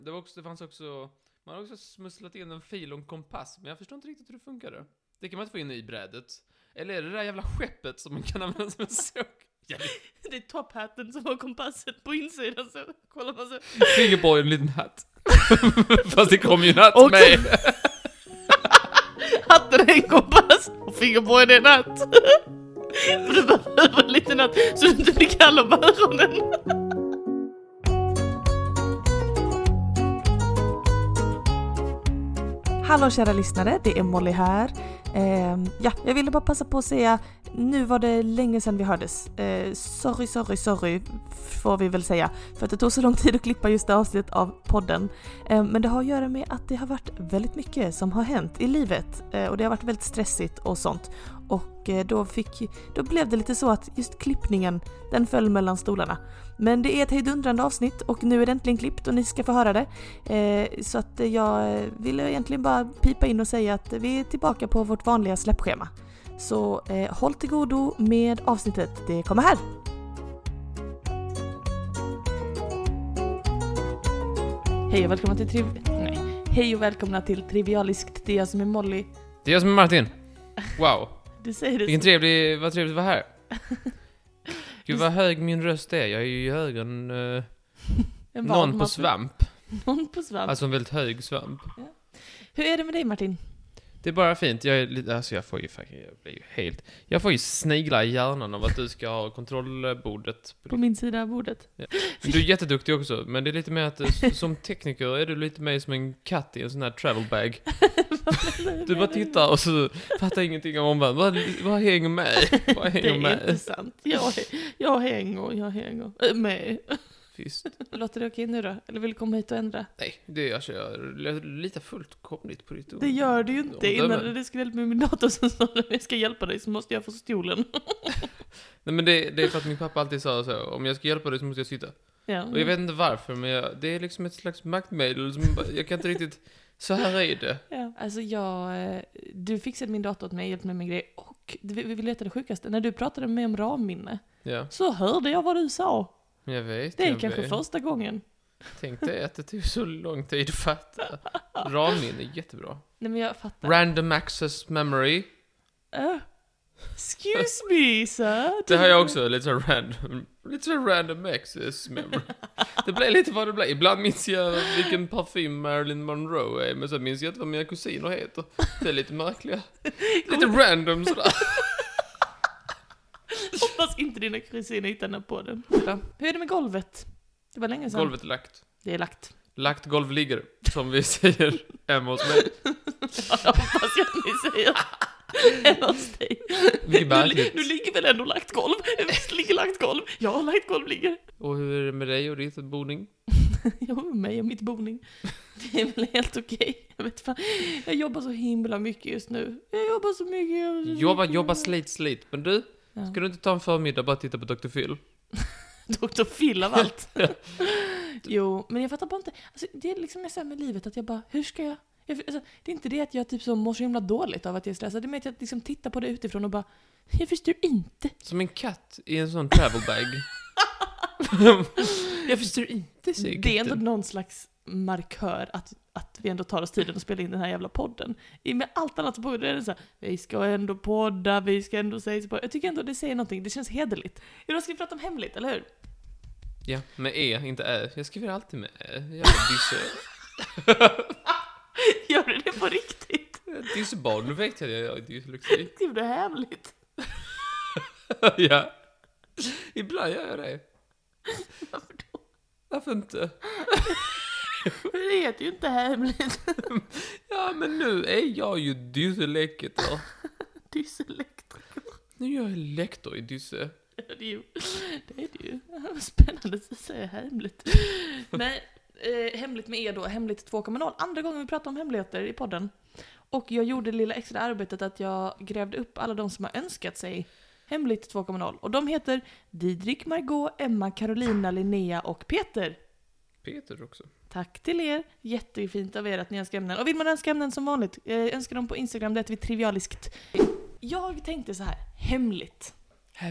Det fanns också... Man har också smusslat in en fil och en kompass. Men jag förstår inte riktigt hur det funkar. Det kan man inte få in i brädet. Eller är det där jävla skeppet som man kan använda som en såg? Det är topphatten som har kompassen på insidan. Så kollar man så. Fingerboy en liten hatt. Fast det kom ju en hatt Och- med. Hatten är en kompass och fingerboyen är en hatt. För du behöver en liten hatt så du inte blir kall om öronen. Hallå kära lyssnare, det är Molly här. Jag ville bara passa på att säga, nu var det länge sedan vi hördes. Sorry får vi väl säga. För att det tog så lång tid att klippa just det avsnittet av podden. Men det har att göra med att det har varit väldigt mycket som har hänt i livet. Och det har varit väldigt stressigt och sånt. Och då blev det lite så att just klippningen, den föll mellan stolarna. Men det är ett hejdundrande avsnitt och nu är det äntligen klippt och ni ska få höra det. Så att jag ville egentligen bara pipa in och säga att vi är tillbaka på vårt vanliga släppschema. Så håll till godo med avsnittet, det kommer här. Hej och välkomna till Trivialiskt, det är jag som är Molly. Det är jag som är Martin. Wow. Du säger det. Vad trevligt att vara här. Gud vad hög min röst är. Jag är ju högre än någon på svamp. Någon på svamp. Alltså en väldigt hög svamp. Ja. Hur är det med dig Martin? Det är bara fint. Jag får ju snigla i hjärnan av att du ska ha kontrollbordet. På min sida av bordet. Ja. Du är jätteduktig också, men det är lite mer att som tekniker är du lite mer som en katt i en sån här travel bag. Du bara tittar och så fattar ingenting om omvärlden. Vad hänger med? Vad hänger med? Det är inte sant. Jag hänger med. Visst. Låter det okej nu då? Eller vill du komma hit och ändra? Nej, det är jag litar fullkomligt på ditt ord. Det gör du ju inte. Innan du skulle hjälpa mig med min dator så sa du, jag ska hjälpa dig så måste jag få stolen. Nej, men det är för att min pappa alltid sa så. Om jag ska hjälpa dig så måste jag sitta. Ja. Och jag vet inte varför, men det är liksom ett slags maktmedel som jag kan inte riktigt... Så här är det. Ja. Alltså du fixade min dator åt mig, hjälpte mig med grejer. Och vi vill veta det sjukaste. När du pratade med mig om ramminne så hörde jag vad du sa. Jag vet. Det är kanske första gången. Tänk dig att det tog så lång tid att fatta. Ramminne är jättebra. Nej, men jag fattar. Random access memory. Excuse me, sir. Det har jag också, lite så random access memory. Det blir lite vad det blir. Ibland minns jag vilken parfym Marilyn Monroe är, men så minns jag inte vad mina kusiner heter. Det är lite märkliga. Lite random sådär. Hoppas inte dina kusiner hittar den här på den. Hur är det med golvet? Det var länge sedan. Golvet är lagt. Det är lagt. Lagt golv ligger, som vi säger hemma hos mig. Ja, jag hoppas jag att ni säger hemma hos dig. Nu ligger väl ändå lagt golv? Visst ligger lagt golv? Ja, lagt golv ligger. Och hur är det med dig och ditt boning? Ja, med mig och mitt boning. Det är väl helt okej. Jag vet fan. Jag jobbar så himla mycket just nu. Jag jobbar så mycket. Jobba, slit. Men du, ska du inte ta en förmiddag och bara titta på Dr. Phil? Dr. Phil av allt. Jo, men jag fattar bara inte. Alltså, det är liksom så här med livet att jag bara, hur ska jag? Alltså, det är inte det att jag typ så mår så himla dåligt av att jag är stressad. Det är mer att jag liksom tittar på det utifrån och bara, jag förstår inte. Som en katt i en sån travel bag. Jag förstår inte så. Det är ändå någon slags markör att vi ändå tar oss tiden att spela in den här jävla podden. Med allt annat på det är det så här, vi ska ändå podda, vi ska ändå säga så. Jag tycker ändå det säger någonting, det känns hederligt. Idag ska vi prata om hemligt, eller hur? Ja, med inte jag skriver alltid med jävla dysse. Gör du det på riktigt? Dyssebarn, nu vet jag att jag är dyslexi. Skriver du hemligt? Ja. Ibland gör jag det. Varför då? Varför inte? Det heter ju inte hemligt. Ja, men nu är jag ju dysselektor. Dysselektor. Nu är jag lektor i dysse. Det är det ju. Spännande att säga hemligt. Nej, hemligt med er då. Hemligt 2.0. Andra gången vi pratar om hemligheter i podden. Och jag gjorde det lilla extra arbetet att jag grävde upp alla de som har önskat sig hemligt 2.0. Och de heter Didrik, Margot, Emma, Carolina, Linnea och Peter. Peter också. Tack till er. Jättefint av er att ni önskar ämnen. Och vill man önska ämnen som vanligt, önskar dem på Instagram, det heter vi Trivialiskt. Jag tänkte så här, hemligt.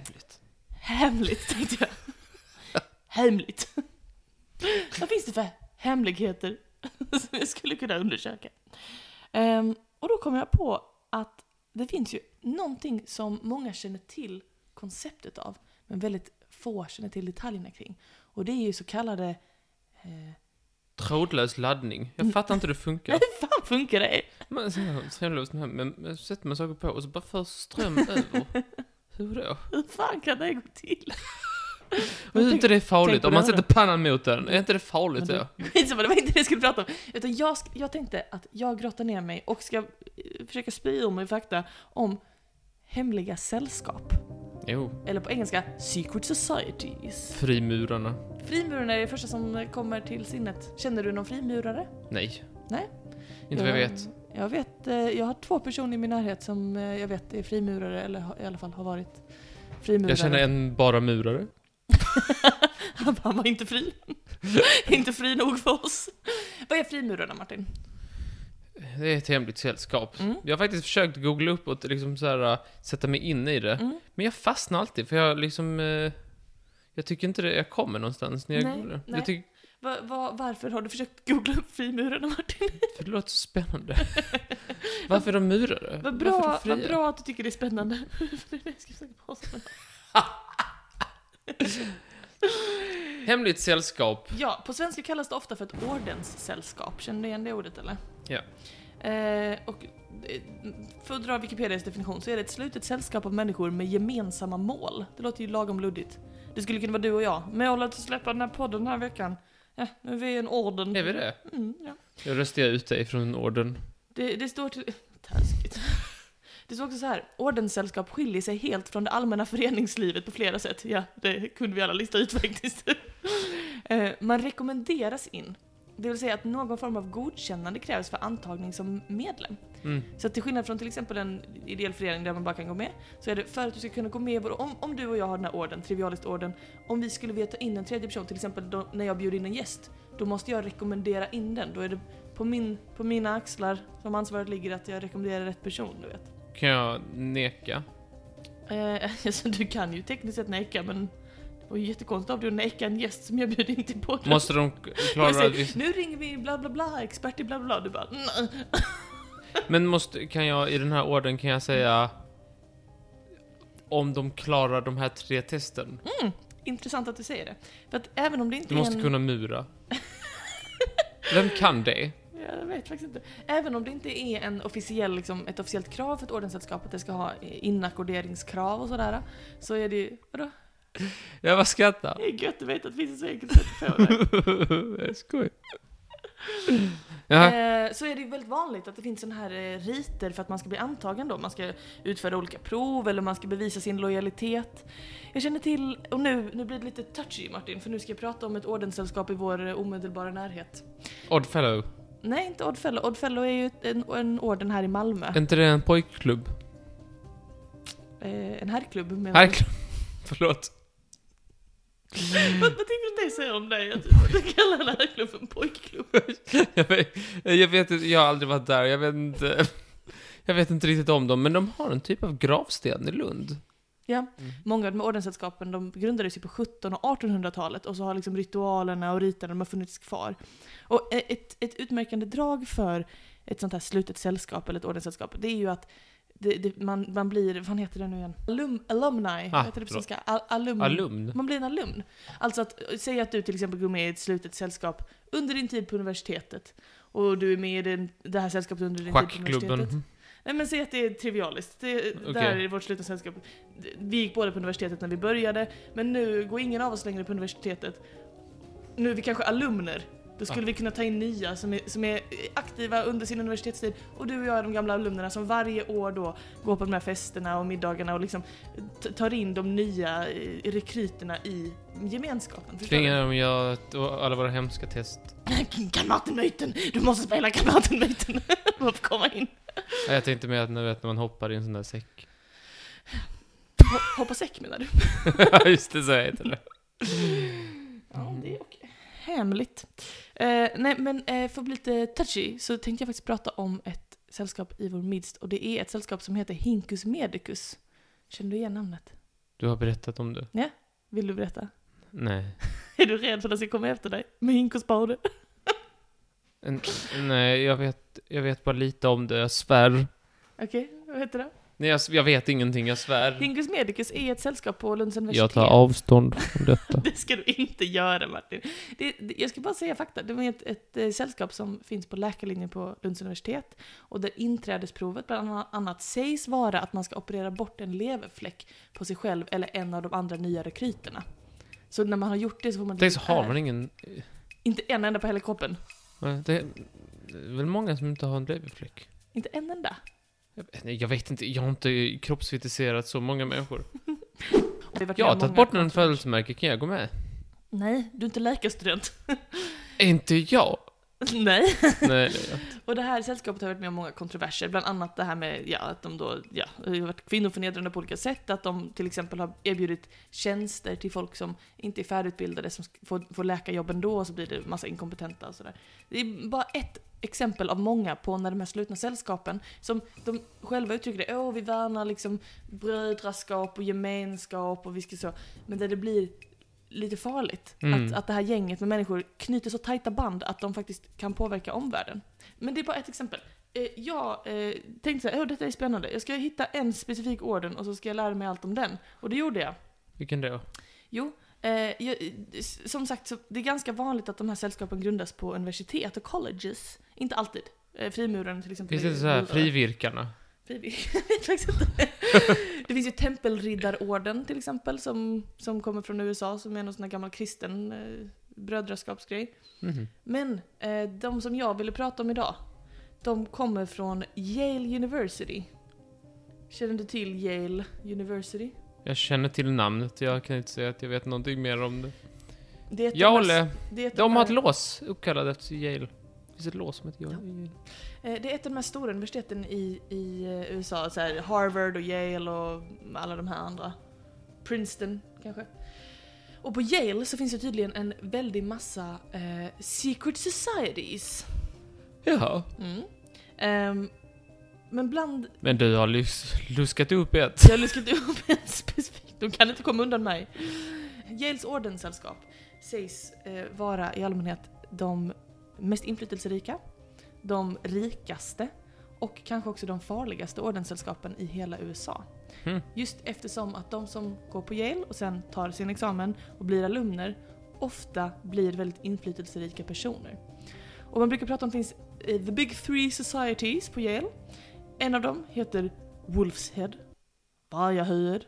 Hemligt tänkte jag. Hemligt. Vad finns det för hemligheter som jag skulle kunna undersöka. Och då kom jag på att det finns ju någonting som många känner till konceptet av, men väldigt få känner till detaljerna kring. Och det är ju så kallade... Trådlös laddning. Jag fattar inte hur det funkar. Hur fan funkar det? Men sätter man saker på och så bara för ström över. Hur då? Hur fan kan det gå till? Och är inte det farligt? tänk på Om man det sätter pannan mot den, är inte det farligt då? Det var inte det jag skulle prata om. Utan jag tänkte att jag grottar ner mig och ska försöka spy om mig fakta om hemliga sällskap. Jo. Eller på engelska, secret societies. Frimurarna. Frimurarna är det första som kommer till sinnet. Känner du någon frimurare? Nej. Nej? Inte vad jag vet. Jag har 2 personer i min närhet som jag vet är frimurare, eller i alla fall har varit frimurare. Jag känner en bara murare. Han var inte fri. Inte fri nog för oss. Vad är frimurarna, Martin? Det är ett hemligt sällskap. Jag har faktiskt försökt googla upp och liksom så här, sätta mig in i det. Men jag fastnar alltid, för jag liksom... jag tycker inte det, jag kommer någonstans när jag googlar. Nej. Varför har du försökt googla upp frimurarna, Martin? För det låter så spännande. Varför är de murare? Vad bra att du tycker det är spännande. Hemligt sällskap. Ja, på svenska kallas det ofta för ett ordenssällskap. Känner du igen det ordet, eller? Ja. Och för att dra Wikipedias definition så är det ett slutet sällskap av människor med gemensamma mål. Det låter ju lagom luddigt. Det skulle kunna vara du och jag. Målet att släppa den här podden den här veckan. Ja, nu är vi en orden. Är vi det? Ja. Jag röstar ut dig från orden. Det står till... Taskigt. Det står också så här: ordenssällskap skiljer sig helt från det allmänna föreningslivet på flera sätt. Ja, det kunde vi alla lista ut faktiskt. Man rekommenderas in. Det vill säga att någon form av godkännande krävs för antagning som medlem. Så att till skillnad från till exempel en ideell förening där man bara kan gå med, så är det för att du ska kunna gå med, om du och jag har den här orden, trivialist-orden, om vi skulle vilja ta in en tredje person, till exempel då, när jag bjuder in en gäst, då måste jag rekommendera in den. Då är det på mina axlar som ansvaret ligger att jag rekommenderar rätt person, du vet. Kan jag neka? Alltså, du kan ju tekniskt sett neka, men det var ju jättekonstigt av dig att neka en gäst som jag bjuder in till podden. Måste de klara att nu ringer vi bla bla bla, expert i bla bla, du bara nej. Men kan jag i den här orden kan jag säga om de klarar de här 3 testen? Intressant att du säger det. För att även om det inte du måste kunna mura. Vem kan det? Jag vet faktiskt inte. Även om det inte är en officiell, liksom, ett officiellt krav för ett ordenssällskap att det ska ha inackorderingskrav och sådär, så är det ju... Vadå? Jag var skrattar. Det är gött att veta att det finns ett så enkelt sätt att få det. Jag skojar. Så är det ju väldigt vanligt att det finns sån här riter för att man ska bli antagen då. Man ska utföra olika prov eller man ska bevisa sin lojalitet. Jag känner till, och nu blir det lite touchy, Martin, för nu ska jag prata om ett ordenssällskap i vår omedelbara närhet. Oddfellow. Nej, inte Oddfellow. Oddfellow är ju en orden här i Malmö. Är inte det en pojkklubb? En herrklubb. Herrklubb, förlåt. Vad tycker du det säger om dig? Att du kallar den här klubben pojkklubb? Jag vet inte, jag har aldrig varit där. Jag vet inte riktigt om dem, men de har en typ av gravsten i Lund. Ja, många av de ordenssällskapen, de grundades ju på 1700- och 1800-talet, och så har liksom ritualerna och riterna, de har funnits kvar. Och ett utmärkande drag för ett sånt här slutet sällskap eller ett ordenssällskap, det är ju att man blir, vad heter det nu igen? Alumni. Heter det på svenska? Alumn. Man blir en alumn. Alltså att säga att du till exempel går med i ett slutet sällskap under din tid på universitetet, och du är med i det här sällskapet under din tid på universitetet. Nej, men säg att det är trivialiskt. Där är vårt slutna sällskap. Vi gick båda på universitetet när vi började, men nu går ingen av oss längre på universitetet. Nu är vi kanske alumner. Då skulle vi kunna ta in nya som är aktiva under sin universitetstid. Och du och jag är de gamla alumnerna som varje år då går på de här festerna och middagarna och liksom tar in de nya rekryterna i gemenskapen. Tvingar de göra alla våra hemska test. Kamraten-myten! Du måste spela kamraten-myten för att komma in. Jag tänkte med att när man hoppar i en sån där säck. Hoppa säck menar du? Ja, just det, så heter det. Ja, det är okej. Hemligt. Nej, men för att bli lite touchy så tänkte jag faktiskt prata om ett sällskap i vår midst, och det är ett sällskap som heter Hincus Medicus. Känner du igen namnet? Du har berättat om det. Ja, vill du berätta? Nej. Är du rädd för att jag ska komma efter dig med Hincus Baude? Nej, jag vet bara lite om det, jag svär. Okej, vad heter det? Nej, jag vet ingenting, jag svär. Hingus Medicus är ett sällskap på Lunds universitet. Jag tar avstånd från detta. Det ska du inte göra, Martin. Jag ska bara säga fakta. Det är ett sällskap som finns på läkarlinjen på Lunds universitet. Och där inträdesprovet bland annat sägs vara att man ska operera bort en leverfläck på sig själv eller en av de andra nya rekryterna. Så när man har gjort det så får man... Det så har man ingen... Inte en enda på hela kroppen. Det är väl många som inte har en leverfläck. Inte en enda. Jag vet inte, jag har inte kroppsfetiserat så många människor. Jag har tagit bort en födelsemärke, kan jag gå med? Nej, du är inte läkarstudent. Inte jag? Nej. Nej. Och det här sällskapet har varit med om många kontroverser. Bland annat det här med att de då har varit kvinnoförnedrande på olika sätt. Att de till exempel har erbjudit tjänster till folk som inte är färdigutbildade som får läkarjobben då, och så blir det massa inkompetenta och sådär. Det är bara ett exempel av många på när de här slutna sällskapen, som de själva uttrycker det, vi värnar liksom brödraskap och gemenskap och vi ska så, men där det blir lite farligt. Att det här gänget med människor knyter så tajta band att de faktiskt kan påverka omvärlden. Men det är bara ett exempel. Jag tänkte så här, detta är spännande. Jag ska hitta en specifik orden och så ska jag lära mig allt om den. Och det gjorde jag. Vilken då? Jo, som sagt, så det är ganska vanligt att de här sällskapen grundas på universitet och colleges. Inte alltid. Frimuraren till exempel. Finns det så här frivirkarna? Jag vet faktiskt inte. Det finns ju tempelriddarorden till exempel som kommer från USA, som är någon sån här gammal kristen brödraskapsgrej. Men de som jag ville prata om idag, de kommer från Yale University. Känner du till Yale University? Jag känner till namnet, jag kan inte säga att jag vet någonting mer om det. De har ett lås uppkallat efter Yale. Det finns ett lås som heter Yale. Det är ett av de här stora universiteten i USA, så här Harvard och Yale och alla de här andra. Princeton kanske. Och på Yale så finns det tydligen en väldig massa secret societies. Jaha. Men du har luskat upp ett. Jag har luskat upp ett specifikt. De kan inte komma undan mig. Yales ordenssällskap sägs vara i allmänhet de mest inflytelserika, de rikaste och kanske också de farligaste ordenssällskapen i hela USA. Just eftersom att de som går på Yale och sen tar sin examen och blir alumner ofta blir väldigt inflytelserika personer. Och man brukar prata om finns the big three societies på Yale. En av dem heter Wolf's Head, Vargahuvud.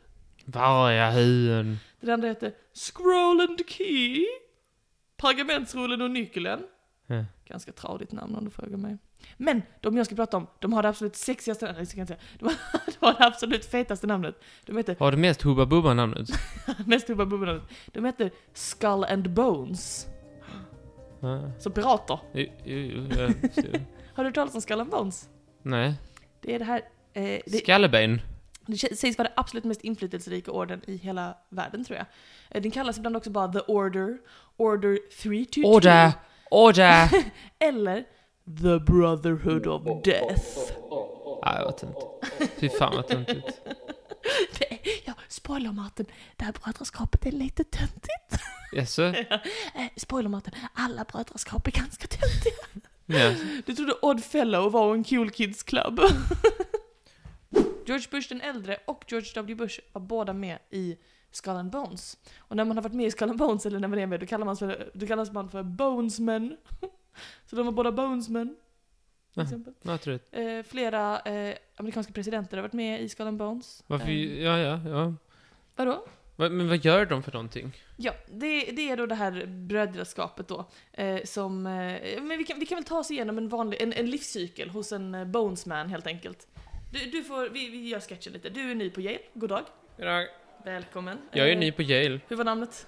Den andra heter Scroll and Key, Pergamentsrullen och nyckeln. Ganska tradigt namn om du frågar mig. Men de jag ska prata om, de har det absolut sexigaste namnet. De har det absolut fetaste namnet. De heter... Har det mest Hubba Bubba namnet? Mest Hubba Bubba namnet. De heter Skull and Bones. Som pirater. Har du hört talas om Skull and Bones? Nej. Det är det här... Skallebein. Det sägs vara det absolut mest inflytelserika orden i hela världen, tror jag. Den kallas ibland också bara The Order 322. Order! Eller The Brotherhood of Death. Nej, vad töntigt. Fy fan vad töntigt. Ja, spoiler Martin. Det här brödraskapet är lite töntigt. Jaså? Spoiler Martin. Alla brödraskap är ganska töntiga. Yes. Du trodde Oddfellow var en cool kids club. George Bush den äldre och George W. Bush var båda med i Skull and Bones. Och när man har varit med i Skull and Bones, eller när man är med, då kallas man för Bonesmen. Så de var båda Bonesmen. Till exempel. Flera amerikanska presidenter har varit med i Skull and Bones. Varför? Ja. Vadå? Men vad gör de för någonting? Ja, det är då det här brödraskapet då. Men vi kan väl ta oss igenom en livscykel hos en Bonesman helt enkelt. Vi gör sketchen lite. Du är ny på Yale. God dag. God dag. Välkommen. Jag är ny på Yale. Hur var namnet?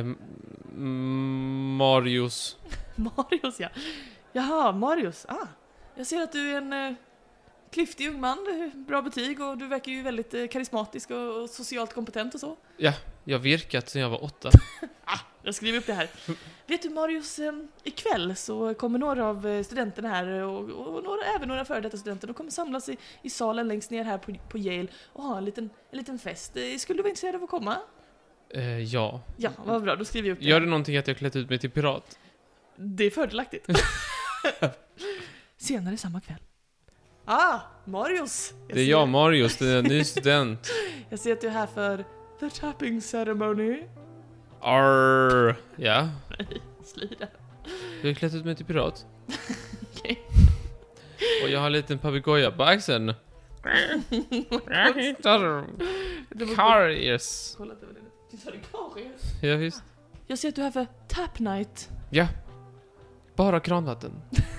Marius. Marius, ja. Jaha, Marius. Jag ser att du är en klyftig ung man. Bra betyg och du verkar ju väldigt karismatisk och socialt kompetent och så. Ja, jag har virkat sedan jag var 8. Jag skriver upp det här. Vet du Marius, ikväll så kommer några av studenterna här och även några före detta studenter. De kommer samlas i salen längst ner här på Yale och ha en liten fest. Skulle du vara intresserad av att komma? Ja. Ja, vad bra. Då skriver jag upp det. Gör det någonting att jag klätt ut mig till pirat? Det är fördelaktigt. Senare samma kväll. Marius! Det är jag, Marius, det är en ny student. Jag ser att du är här för the tapping ceremony. Arr, ja. Slida. Du har klätt ut mig till pirat. Okej. Och jag har en liten papegoja på axeln. Karies. Kolla att det var det. Du sa det karies. Ja, visst. Jag ser att du är här för tap night. Ja. Bara kranvatten.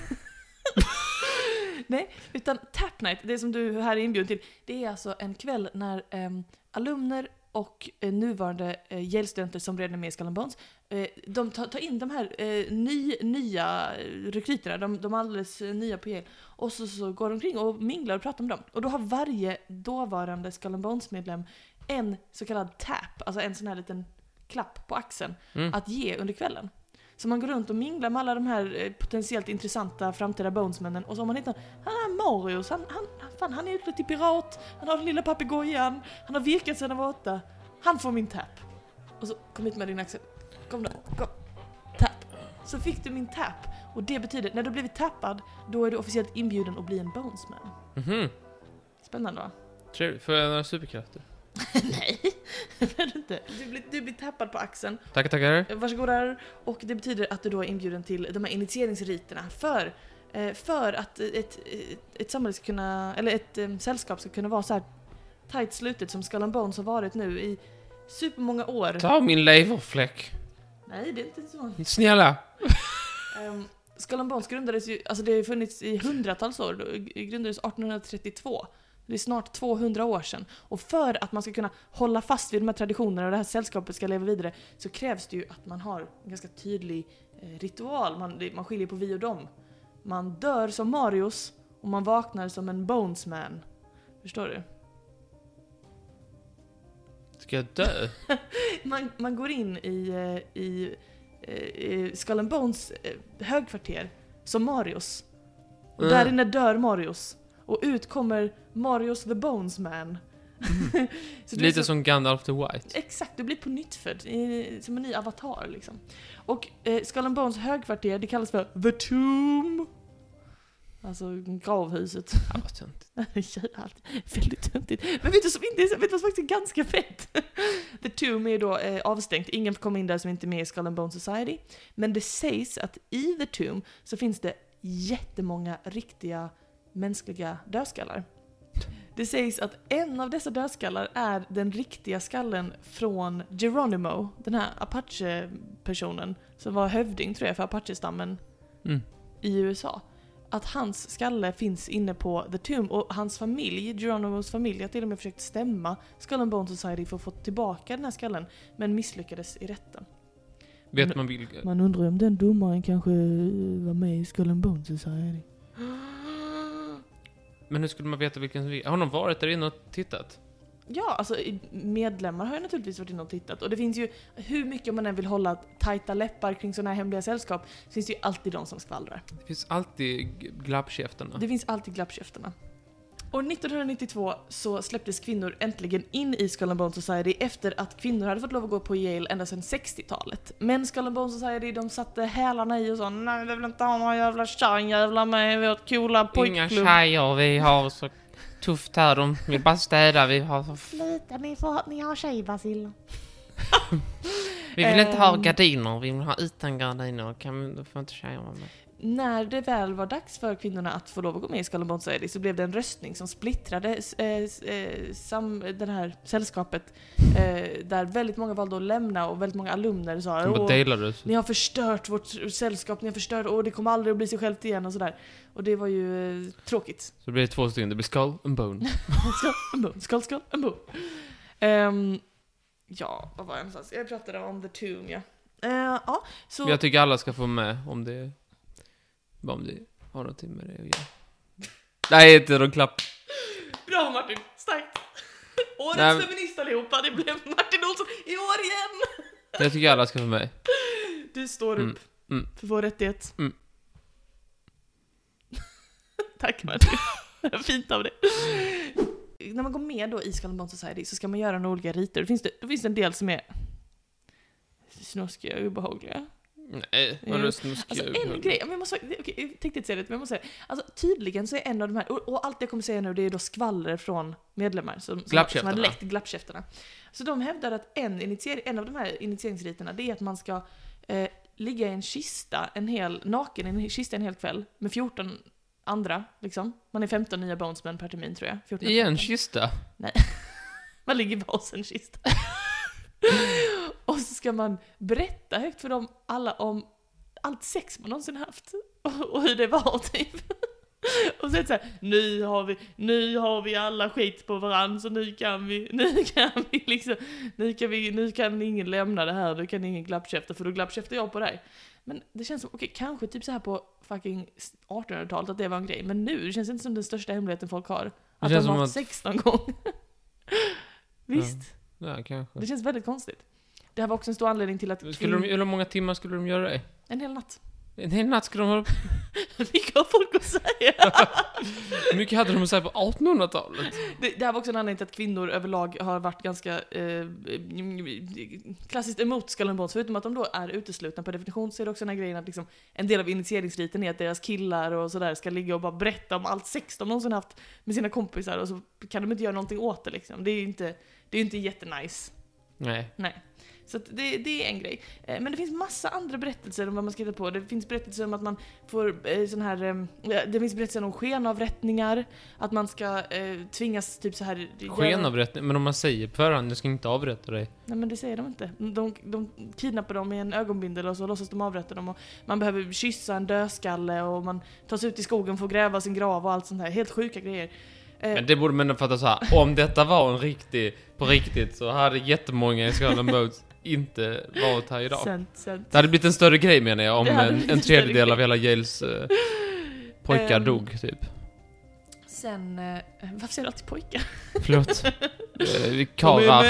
Nej, utan tap night, det som du här är inbjuden till, det är alltså en kväll när alumner och nuvarande Yale-studenter som redan är med i Skull and Bones, de tar in de här nya rekryterna, de är alldeles nya på Yale, och så går de omkring och minglar och pratar med dem. Och då har varje dåvarande Skull and Bones-medlem en så kallad tap, alltså en sån här liten klapp på axeln att ge under kvällen. Så man går runt och minglar med alla de här potentiellt intressanta framtida bonesmännen. Och så har man hittat, han är Marius, han är ute till pirat, han har den lilla papegojan, han har virkat sedan han var 8. Han får min tap. Och så, kom hit med din axel. Kom då, kom. Tap. Så fick du min tap. Och det betyder, när du blivit tappad, då är du officiellt inbjuden att bli en bonesman. Mhm. Spännande, va? Trevligt. Får jag några superkrafter? Nej, det är inte. Du blir tappad på axeln. Tackar. Varsågod. Och det betyder att du då är inbjuden till de här initieringsriterna för att ett samhälle ska kunna, eller ett sällskap ska kunna vara så här tight slutet som Skull and Bones har varit nu i supermånga år. Ta min leverfläck. Nej, det är inte så. Snälla. Skull and Bones grundades ju, alltså det har funnits i hundratals år. Det grundades 1832. Det är snart 200 år sedan. Och för att man ska kunna hålla fast vid de här traditionerna och det här sällskapet ska leva vidare, så krävs det ju att man har en ganska tydlig ritual. Man skiljer på vi och dem. Man dör som Marius och man vaknar som en bonesman. Förstår du? Ska jag dö? Man går in i Skull and Bones högkvarter som Marius. Och där inne dör Marius. Och ut kommer Marius the Bonesman. Lite som Gandalf the White. Exakt, du blir på nytt född som en ny avatar liksom. Och Skull and Bones högkvarter, det kallas för The Tomb. Alltså gravhuset. Ja, vad töntigt. Väldigt töntigt. Men vet du vad faktiskt är ganska fett? The Tomb är då avstängt. Ingen får komma in där som inte är med i Skull and Bones Society. Men det sägs att i The Tomb så finns det jättemånga riktiga mänskliga dödskallar. Det sägs att en av dessa dödskallar är den riktiga skallen från Geronimo, den här Apache-personen som var hövding, tror jag, för Apache-stammen i USA. Att hans skalle finns inne på The Tomb, och hans familj, Geronimos familj, har till och med försökt stämma Skull and Bones Society för att få tillbaka den här skallen, men misslyckades i rätten. Vet man vilka? Man undrar om den domaren kanske var med i Skull and Bones Society. Men hur skulle man veta vilken som vill? Har någon varit där inne och tittat? Ja, alltså medlemmar har ju naturligtvis varit inne och tittat. Och det finns ju, hur mycket man än vill hålla tajta läppar kring sådana här hemliga sällskap, så finns det ju alltid de som skvallrar. Det finns alltid glappkäftarna. Det finns alltid glappkäftarna. Och 1992 så släpptes kvinnor äntligen in i Skull and Bones Society efter att kvinnor hade fått lov att gå på Yale ända sedan 60-talet. Men Skull and Bones Society, de satte hälarna i och sa: nej, vi vill inte ha några jävla tjejjävlar med i vårt coola pojkklubb. Inga tjejer, vi har så tufft här, de vill bara städa, vi har så... Sluta, ni har tjejbaciller. Vi vill inte ha gardiner, vi vill ha utan gardiner, då får inte tjejer vara med. När det väl var dags för kvinnorna att få lov att gå med i Skull and Bones Society, så blev det en röstning som splittrade det här sällskapet, där väldigt många valde att lämna och väldigt många alumner sa: ni har förstört vårt sällskap, ni har förstört, och det kommer aldrig att bli sig självt igen och sådär. Och det var ju tråkigt. Så det blir 2 stycken, det blir Skull and Bone. Skull and Bone. Ja, vad var jag någonstans? Jag pratade om The Tomb, ja. Ja, så... Jag tycker alla ska få med om det har någonting med det att göra. Nej, inte de klapp. Bra Martin, starkt. Årets feminist allihopa, det blev Martin Olsson i år igen. Jag tycker alla ska få med. Du står upp för vår rättighet. Tack Martin. Fint av dig. När man går med då i Skull and Bones Society så ska man göra några olika riter. Då finns det en del som är snuskiga och obehagliga. Nej, vad är snuskig? Alltså en grej, men jag måste, okej, jag tänkte inte säga det, men jag måste säga, alltså tydligen så är en av de här, och allt jag kommer säga nu, det är då skvaller från medlemmar som har läckt glappkäfterna. Så de hävdar att en av de här initieringsriterna, det är att man ska ligga i en kista, naken i en kista en hel kväll med 14 andra, liksom. Man är 15 nya Bonesmen per termin, tror jag. 14, i en kista? Nej. Man ligger bara hos en kista. Och så ska man berätta högt för dem alla om allt sex man någonsin haft. Och hur det var, typ. Och så är det så här, nu har vi alla skit på varandra, så nu kan ingen lämna det här, nu kan ingen glappkäfta, för då glappkäftar jag på dig. Men det känns som, okej, kanske typ så här på fucking 1800-talet att det var en grej, men nu det känns inte som den största hemligheten folk har. Att de har haft 16 gånger. Visst? Ja, kanske. Det känns väldigt konstigt. Det här var också en stor anledning till att... Hur många timmar skulle de göra det? En hel natt. En hel natt skulle de ha... Mycket har folk att säga. Hur mycket hade de att säga på 1800-talet? Det här var också en anledning till att kvinnor överlag har varit ganska klassiskt emot Skull and Bones. Förutom att de då är uteslutna per definition, så är det också den här grejen att liksom, en del av initieringsriten är att deras killar och sådär ska ligga och bara berätta om allt sex de någonsin haft med sina kompisar, och så kan de inte göra någonting åt det liksom. Det är ju inte jättenice. Nej. Så att det är en grej. Men det finns massa andra berättelser om vad man ska hitta på. Det finns berättelser om att man får sån här... det finns berättelser om skenavrättningar. Att man ska tvingas typ så här... Skenavrättning? Men om man säger på förhand, jag ska inte avrätta dig. Nej, men det säger de inte. De kidnappar dem i en ögonbindel och så låtsas de avrätta dem. Och man behöver kyssa en dödskalle och man tas ut i skogen för att gräva sin grav och allt sånt här. Helt sjuka grejer. Men det borde man fatta så här. Om detta var på riktigt, så hade jättemånga i Skull and Bones inte varit här idag. Sant. Det hade blivit en större grej, menar jag, om en tredjedel av hela Yales pojkar dog, typ. Sen, varför säger du alltid pojkar? Förlåt. Karar.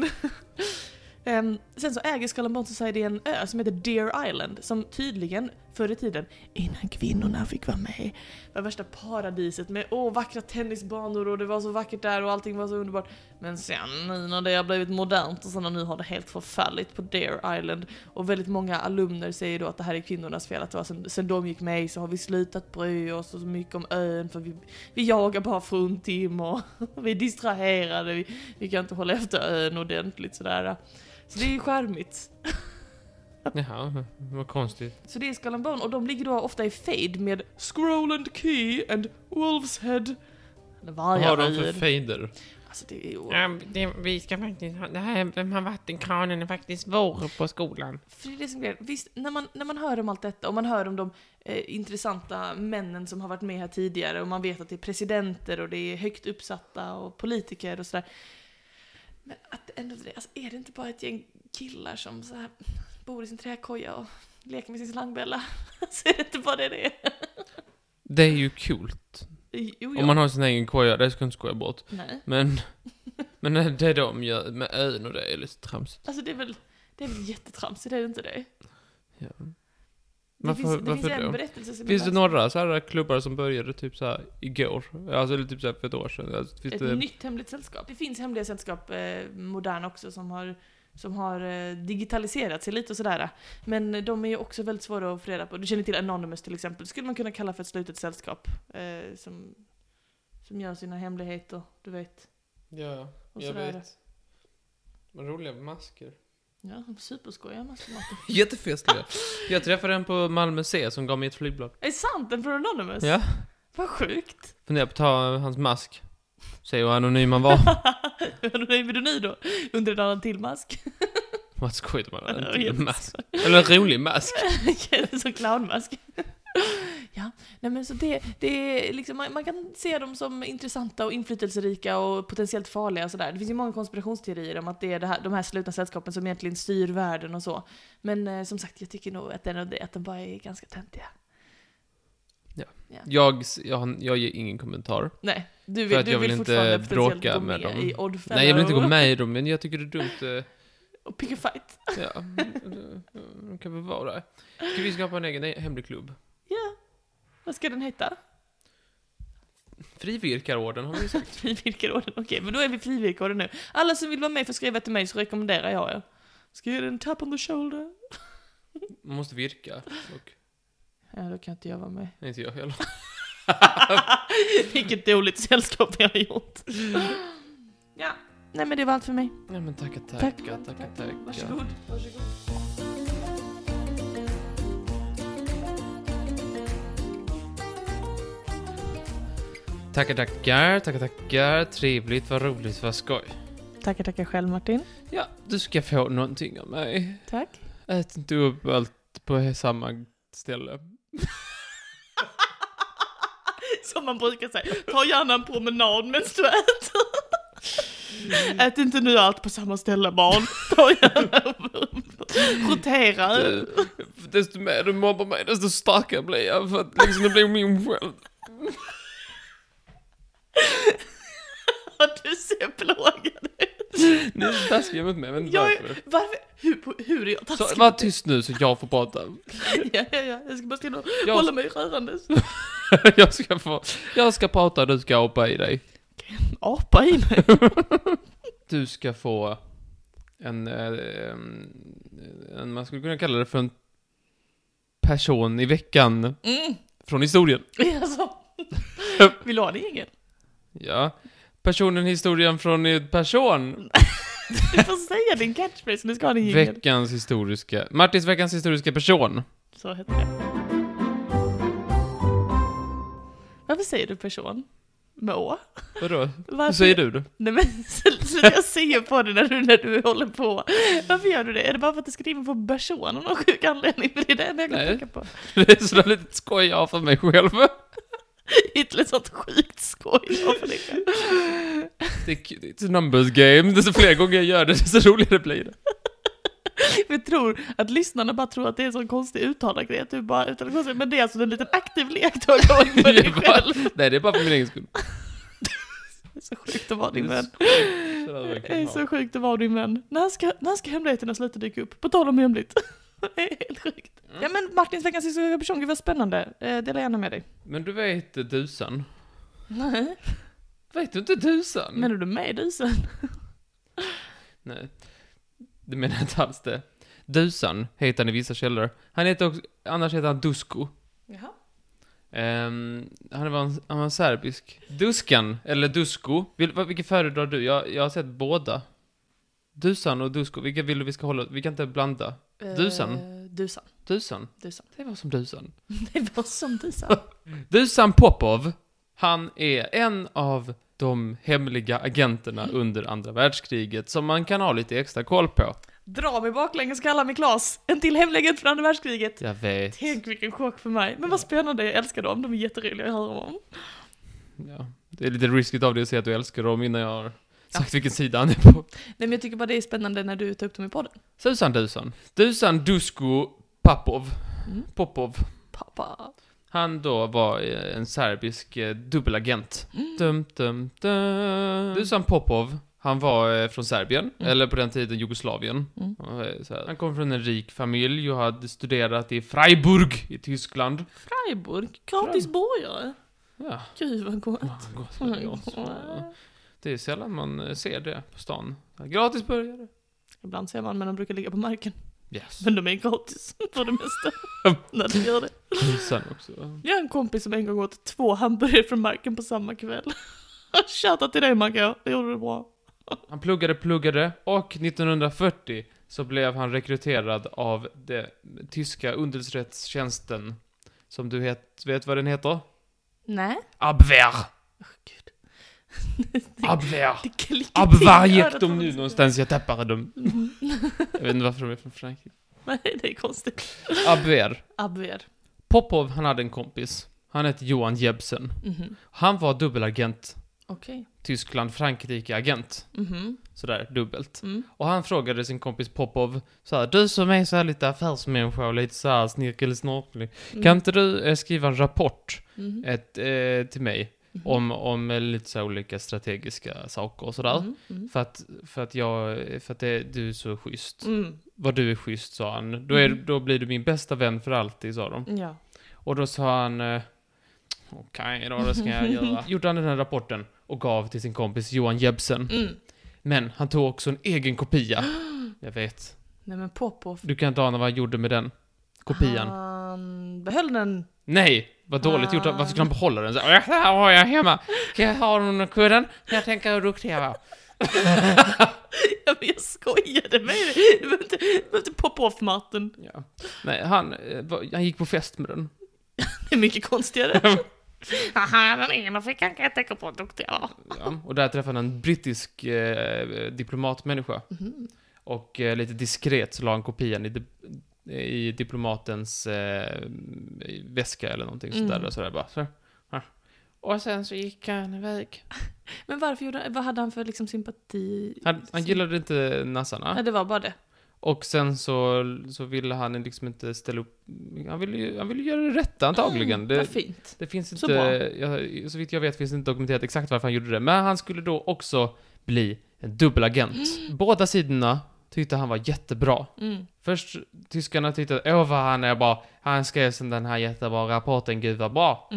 Sen så äger Skull and Bones Society en ö som heter Deer Island, som tydligen förr i tiden, innan kvinnorna fick vara med, var värsta paradiset med vackra tennisbanor, och det var så vackert där och allting var så underbart. Men sen nu när det har blivit modernt och så nu har det helt förfallit på Deer Island, och väldigt många alumner säger då att det här är kvinnornas fel, att det var sen de gick med så har vi slutat bry oss så mycket om ön, för vi jagar bara fruntim och vi är distraherade, vi kan inte hålla efter ön ordentligt sådär. Så det är ju charmigt. Jaha, vad konstigt. Så det är Skull and Bones, och de ligger då ofta i fade med Scroll and Key and Wolf's Head. Vad har de för fader? Alltså det är vi ska faktiskt ha, den här vattenkranen är faktiskt vår på skolan. För det är det som är, visst, när man hör om allt detta, och man hör om de intressanta männen som har varit med här tidigare, och man vet att det är presidenter och det är högt uppsatta och politiker och sådär. Men att ändå, alltså, är det inte bara ett gäng killar som så här bor i sin träkoja och leker med sin slangbella? Så är det inte bara det är. Det är ju coolt. Jo. Om man har sin egen koja, det ska inte skoja bort. Nej. Men det de gör med ön och det är lite tramsigt. Alltså det är väl jättetramsigt, är det inte det? Ja. Det finns en berättelse som finns det några så här klubbar som började typ så här igår? Alltså eller typ så här för ett år sedan. Alltså, ett nytt hemligt sällskap. Det finns hemliga sällskap moderna också som har digitaliserat sig lite och sådär. Men de är ju också väldigt svåra att få reda på. Du känner till Anonymous till exempel. Skulle man kunna kalla för ett slutet sällskap som gör sina hemligheter, du vet. Ja, jag vet. Vad roliga masker. Ja, superskojiga masker. Jättefestliga. Jag träffade en på Malmö C som gav mig ett flygblad. Är det sant? Den från Anonymous? Ja. Vad sjukt. Funderar på att ta hans mask. Se hur anonym han var. Hur anonym är du nu då? Under en annan till mask. Vad skojt man en till mask. Eller en rolig mask. Som clownmask. Ja, nej men så det är liksom, man kan se dem som intressanta och inflytelserika och potentiellt farliga och sådär. Det finns ju många konspirationsteorier om att det är de här slutna sällskapen som egentligen styr världen och så. Men som sagt, jag tycker nog att de bara är ganska töntiga. Ja. Jag ger ingen kommentar. Nej, du vill inte bråka med dem. Nej, jag vill inte gå med i dem, men jag tycker det är dumt. Och pick a fight. Ja, de kan väl vara där. Ska vi skapa en egen hemlig klubb? Ja. Vad ska den heta? Frivirkarorden har vi sagt. Frivirkarorden, okej. Men då är vi frivirkarorden nu. Alla som vill vara med får skriva till mig, så rekommenderar jag er. Ska jag ge en tap on the shoulder? Man måste virka. Och Ja, då kan inte jag vara med. inte jag heller. Vilket dåligt sällskap vi har gjort. Ja, nej men det var allt för mig. Ja, men tackar. Varsågod. Tackar. Trevligt, vad roligt, vad skoj. Tackar själv, Martin. Ja, du ska få någonting av mig. Tack. Ät inte upp allt på samma ställe. Som man brukar säga, ta gärna en promenad medan du äter. Ät inte nu allt på samma ställe, barn. Ta gärna rotera. Desto mer du mobbar mig, desto starkare blir jag. För att liksom det blir min själv. Du ser plågad ut. Nu är taskig mot mig, men varför? Hur är jag taskig? Så, var tyst nu så jag får prata. Ja. Jag ska bara stå och hålla mig rörandes. jag ska prata och du ska apa i dig. Apa i mig? Du ska få en man skulle kunna kalla det för en person i veckan från historien. Alltså. Vill du ha det egen? Ja. Personen, historien från en person. Du får säga din catchphrase, nu ska ha det egen. Martins veckans historiska person. Så heter det. Varför säger du person? Må? Vadå? Hur säger du det? Nej men så jag ser på det när du håller på. Varför gör du det? Är det bara för att det skriver på person och någon sjuk anledning? För det är det enda jag kan tänka på. Det är sådär lite skoj av för mig själv. Inte ett sånt sjukt skoj av för dig själv. Det är ett numbers game. Desto fler gånger jag gör det, desto roligare blir det. Vi tror att lyssnarna bara tror att det är en sån konstig uttalargrej att du bara uttalar konstigt, men det är alltså en liten aktiv lek du har gått för dig själv. Nej, det är bara för min egen skull. Det är så sjukt att vara din vän. Det är så sjukt att vara din vän. När ska hemligheterna sluta dyka upp? På tal om hemligt. Det är helt sjukt. Ja men Martins veckans historiska person, gud vad spännande. Dela gärna med dig. Men du vet Dusan? Nej. Vet du inte Dusan? Menar du med Dusan? Nej. Det menar jag inte alls det. Dusan heter han i vissa källor. Annars heter han Dusko. Jaha. Han var serbisk. Duskan, eller Dusko. Vilken föredrar du? Jag har sett båda. Dusan och Dusko. Vilka vill du vi ska hålla? Vi kan inte blanda. Dusan. Det var som Dusan. Det var som Dusan. Dusan Popov. Han är en av de hemliga agenterna under andra världskriget som man kan ha lite extra koll på. Dra mig baklänges och kalla mig Klas. En till hemlig agent från andra världskriget. Jag vet. Tänk vilken chock för mig. Men vad spännande, jag älskar dem. De är jätteroliga att höra om. Ja, det är lite riskigt av dig att säga att du älskar dem innan jag har sagt vilken sida han är på. Nej, men jag tycker bara det är spännande när du tar upp dem i podden. Dusan Dusko Popov. Pappa. Han då var en serbisk dubbelagent. Dusan Popov, han var från Serbien, eller på den tiden Jugoslavien. Han kom från en rik familj och hade studerat i Freiburg i Tyskland. Freiburg? Gratis borgare? Ja. Gud vad gott. Det är sällan man ser det på stan. Gratis burgare. Ibland ser man, men de brukar ligga på marken. Yes. Men de är gratis för det mesta. När de gör det. Kusan också. Jag har en kompis som en gång åt 2 hamburgare från marken på samma kväll. Shoutout till dig, Marco. Det gjorde det bra. Han pluggade och 1940 så blev han rekryterad av det tyska underrättelsetjänsten som du vet vad den heter? Nej. Abwehr. Gud. Abwehr. Det Abwehr gick de nu någonstans, jag tappade dem. Jag vet inte varför de är från Frankrike. Nej, det är konstigt. Abwehr. Popov, han hade en kompis. Han hette Johan Jebsen. Han var dubbelagent. Okej. Tyskland, Frankrike agent. Sådär, dubbelt. Och han frågade sin kompis Popov såhär, du som är så här lite affärsmänniska och lite såhär snirkelig. Kan inte du skriva en rapport till mig om lite så olika strategiska saker och sådär. För att du är så schysst. Vad du är schysst, sa han. Då blir du min bästa vän för alltid, sa de. Ja. Och då sa han okej, då ska jag göra. Gjorde han den här rapporten och gav till sin kompis Johan Jebsen. Men han tog också en egen kopia. Jag vet. Nej men Popov. Du kan inte ana vad han gjorde med den. kopian. Han behöll den. Nej, vad dåligt gjort. Varför skulle han behålla den? Så, här har jag hemma. Kan jag ha den under kudden? Jag tänker hur duktig jag var. Ja, men jag skojade med dig. Du behöver inte poppa off, Martin. Ja. Nej, han gick på fest med den. Det är mycket konstigare. Haha, den ena fickan kan jag tänka på duktig jag var. Ja, och där träffade han en brittisk diplomatmänniska. Och lite diskret så la han kopian i diplomatens väska eller någonting sådär. Och sådär bara. Så. Och sen så gick han iväg. Men vad hade han för liksom sympati? Han gillade inte nassarna. Nej, det var bara det. Och sen så ville han liksom inte ställa upp. Han ville göra det rätt antagligen. Vad fint. Det finns Så inte, så vitt jag vet finns det inte dokumenterat exakt varför han gjorde det. Men han skulle då också bli en dubbelagent. Båda sidorna tyckte han var jättebra. Först tyskarna tyckte att vad han är bra. Han skrev sen den här jättebra rapporten, gud vad bra.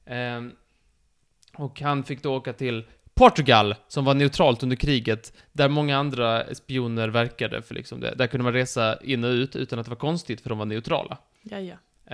Och han fick då åka till Portugal, som var neutralt under kriget, där många andra spioner verkade för liksom det. Där kunde man resa in och ut utan att det var konstigt, för de var neutrala. Ja.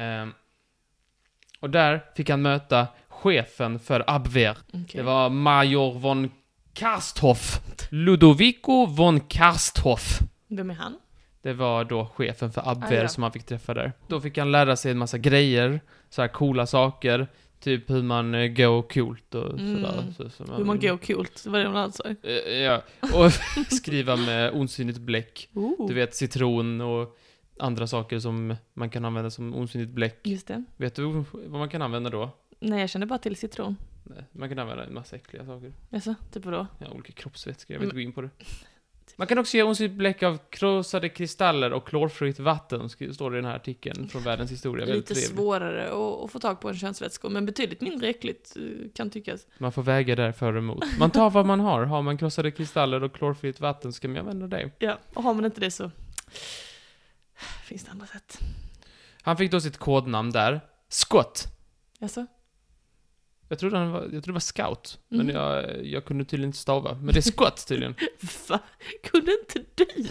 Och där fick han möta chefen för Abwehr. Okay. Det var Major von Karsthoff. Ludovico von Karsthoff. Vem är han? Det var då chefen för Abwehr som han fick träffa där. Då fick han lära sig en massa grejer, så här coola saker. Typ hur man går coolt och sådär. Hur man går coolt, det var det man hade sagt. Ja, och skriva med osynligt bläck. Du vet, citron och andra saker som man kan använda som osynligt bläck. Just det. Vet du vad man kan använda då? Nej, jag kände bara till citron. Nej, man kan använda en massa äckliga saker. Jaså, typ vadå? Ja, olika kroppsvätskor, jag vill inte gå in på det. Man kan också göra osynligt bläck av krossade kristaller och klorfritt vatten, står det i den här artikeln från Världens historia. Lite svårare att få tag på en könsvätskor, men betydligt mindre äckligt kan tyckas. Man får väga där för och emot. Man tar vad man har. Har man krossade kristaller och klorfritt vatten ska man använda det. Ja, och har man inte det så finns det andra sätt. Han fick då sitt kodnamn där. Scott. Jaså? Jag trodde det var Scout, men jag kunde tydligen inte stava. Men det är Scott tydligen. Va? Kunde inte du?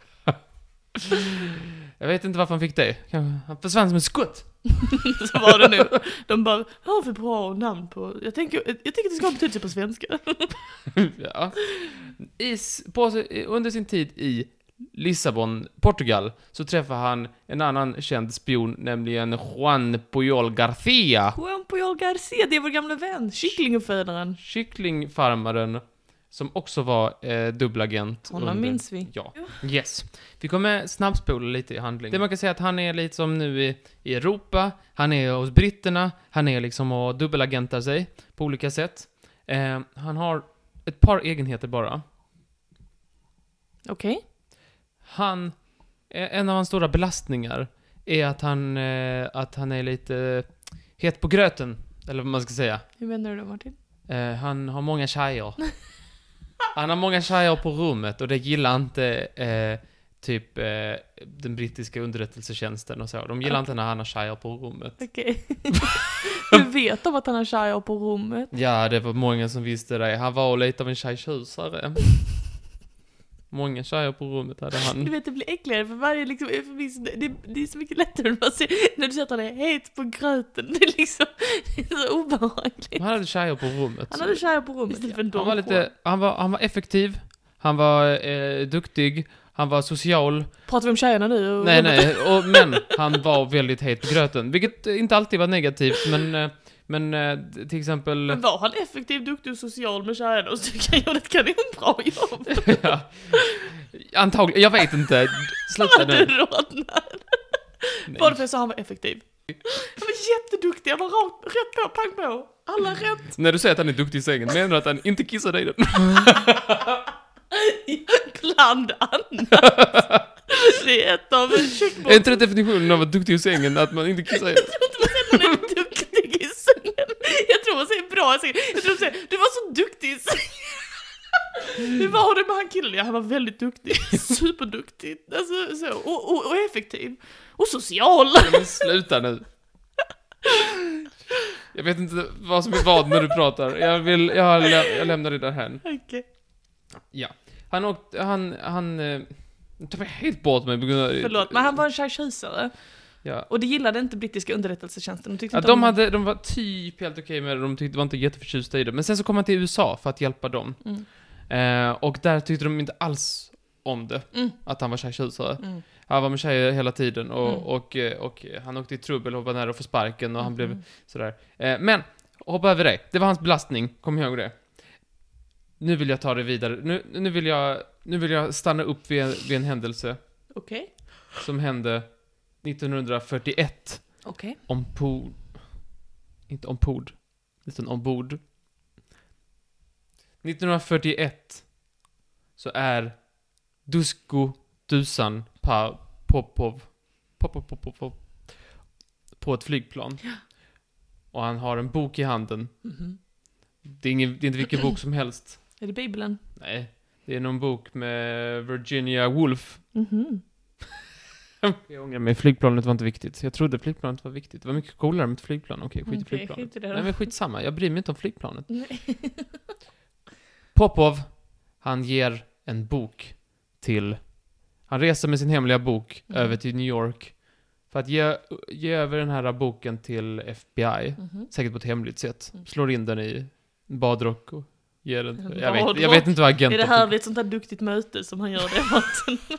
Jag vet inte varför han fick det. Han försvann som en Scott. Så var det nu. De bara, har vi bra namn på... Jag tänker att det ska ha betydelse på svenska. Ja. Under sin tid i Lissabon, Portugal, så träffar han en annan känd spion, nämligen Juan Puyol Garcia. Juan Puyol Garcia, det är vår gamla vän. Kycklinguppfödaren. Kycklingfarmaren, som också var dubbelagent. Honom minns vi. Ja, yes. Vi kommer snabbspola lite i handling. Det man kan säga att han är lite som nu i Europa. Han är hos britterna. Han är liksom och dubbelagentar sig på olika sätt. Han har ett par egenheter bara. Okej. En av hans stora belastningar är att han är lite het på gröten, eller vad man ska säga. Hur menar du då, Martin? Han har många tjejer. Han har många tjejer på rummet, och det gillar inte den brittiska underrättelsetjänsten och så. De gillar inte när han har tjejer på rummet. Okej. Du vet om att han har tjejer på rummet? Ja, det var många som visste det. Han var lite av en tjejtjusare. Många tjejer på rummet hade han. Du vet, det blir äckligare för varje liksom, det är så mycket lättare när du säger att han är het på gröten. Det är liksom, det är så obehagligt. Han hade tjejer på rummet. Han hade tjejer på rummet. Han var effektiv. Han var duktig. Han var social. Pratar vi om tjejerna nu? Nej, men han var väldigt het på gröten. Vilket inte alltid var negativt, men till exempel... Men var han effektiv, duktig och social med tjejerna och så kan göra ett kanonbra jobb? Ja. Antagligen, jag vet inte. Sluta nu. Bara för att jag sa han var effektiv. Han var jätteduktig, han var rätt på, pang på. Alla rätt. När du säger att han är duktig i sängen, menar du att han inte kissar dig i den? Bland annat. Det är ett av checkbox. Är inte det definitionen av att duktig i sängen, att man inte kissar i den? Jag tror inte man säger att man är duktig i sängen. Jag tror man säger bra i sängen. Jag tror man säger, du var så duktig i sängen. Hur var det med han killen? Ja, han var väldigt duktig. Superduktig. Alltså, så. Och effektiv. Och social. Men sluta nu. Jag vet inte vad som är vad när du pratar. Jag lämnar det där här. Okej. Ja. Han tar helt bort mig på grund av... Förlåt, men han var en tjejtjusare. Ja. Och det gillade inte brittiska underrättelsetjänsten. De tyckte Ja, inte de var typ helt okej med det, de tyckte var inte jätteförtjusta i det. Men sen så kom han till USA för att hjälpa dem. Och där tyckte de inte alls om det, att han var tjejtjusare. Han var med tjejer hela tiden och han åkte i trubbel och var nära att få sparken och han blev sådär. Men, hoppa över det. Det var hans belastning, kom ihåg det. Nu vill jag ta det vidare. Nu vill jag stanna upp vid en händelse. Okej. Som hände 1941. Okej. Inte ombord. Utan ombord. 1941 så är Dusko Dusan Popov på ett flygplan. Och han har en bok i handen. Det är inte vilken bok som helst. Är det Bibeln? Nej, det är någon bok med Virginia Woolf. Jag ångrar mig, flygplanet var inte viktigt. Jag trodde flygplanet var viktigt. Det var mycket coolare med ett flygplan. Okej, skit i flygplanet. Skit i det då. Nej, men skit samma. Jag bryr mig inte om flygplanet. Nej. Popov, han ger en bok till... Han reser med sin hemliga bok över till New York för att ge över den här boken till FBI. Säkert på ett hemligt sätt. Slår in den i badrock och ger den... Jag vet inte vad agenten... Är det här vid ett sånt här duktigt möte som han gör det?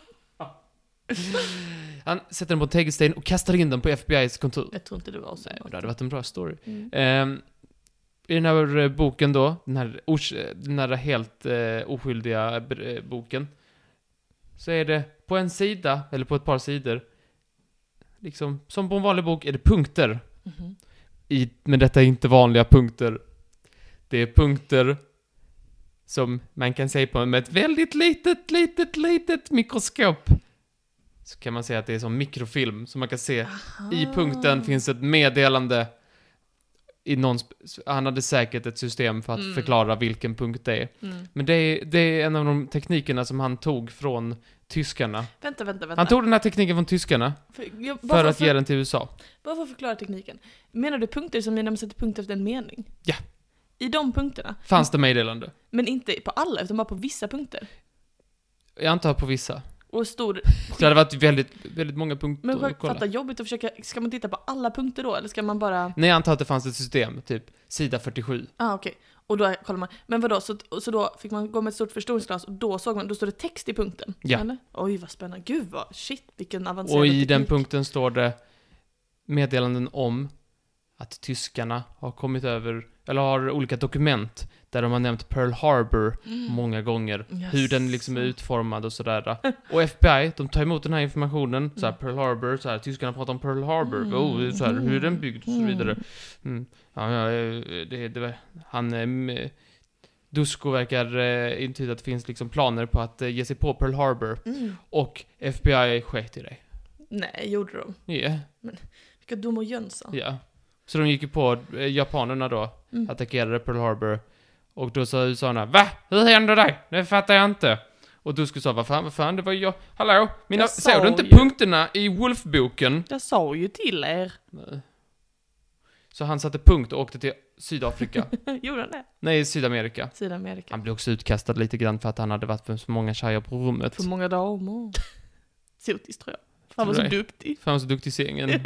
Han sätter den på en tegelsten och kastar in den på FBI:s kontor. Jag tror inte det var så. Nej, det hade varit en bra story. I den här boken då, den här helt oskyldiga boken, så är det på en sida, eller på ett par sidor, liksom, som på en vanlig bok, är det punkter. Men detta är inte vanliga punkter. Det är punkter som man kan se på med ett väldigt litet mikroskop. Så kan man säga att det är som mikrofilm. Så man kan se, i punkten finns ett meddelande. Han hade säkert ett system för att förklara vilken punkt det är. Men det är en av de teknikerna som han tog från tyskarna. Vänta. Han tog den här tekniken från tyskarna för att ge den till USA. Bara för att förklara tekniken. Menar du punkter som när man sätter punkt efter en mening? Ja. I de punkterna? Fanns det meddelande? Men inte på alla, utan bara på vissa punkter? Jag antar på vissa. Och stor... Det hade varit väldigt många punkter. Men fattar jobbigt att försöka... Ska man titta på alla punkter då? Eller ska man bara... Nej, jag antar att det fanns ett system. Typ sida 47. Okej. Och då kollar man... Men vadå? Så då fick man gå med ett stort förstoringsglas och då såg man... Då står det text i punkten. Ja. Eller? Oj, vad spännande. Gud, vilken avancerad Och i teknik. den punkten står det meddelanden om att tyskarna har kommit över... Eller har olika dokument där de har nämnt Pearl Harbor många gånger. Yes. Hur den liksom är utformad och sådär. Och FBI, de tar emot den här informationen. Så här, Pearl Harbor, så här, tyskarna pratar om Pearl Harbor. Så här, hur är den byggd och så vidare. Dusko verkar intyda att det finns liksom planer på att ge sig på Pearl Harbor. Och FBI sket i det. Nej, gjorde de? Ja. Yeah. Men vilka dum och jönsa. Ja. Så de gick ju på japanerna då. Attackerade Pearl Harbor. Och då sa USA:na, va? Hur hände det? Det fattar jag inte. Och Dusko sa, vad fan, det var jag. Hallå? Såg du inte punkterna i Wolf-boken? Jag sa ju till er. Nej. Så han satte punkt och åkte till Sydafrika. Gjorde han det? Nej, Sydamerika. Han blev också utkastad lite grann för att han hade varit för så många tjejer på rummet. För många damer. Sotis, tror jag. Han var så duktig. Han var så duktig i sängen.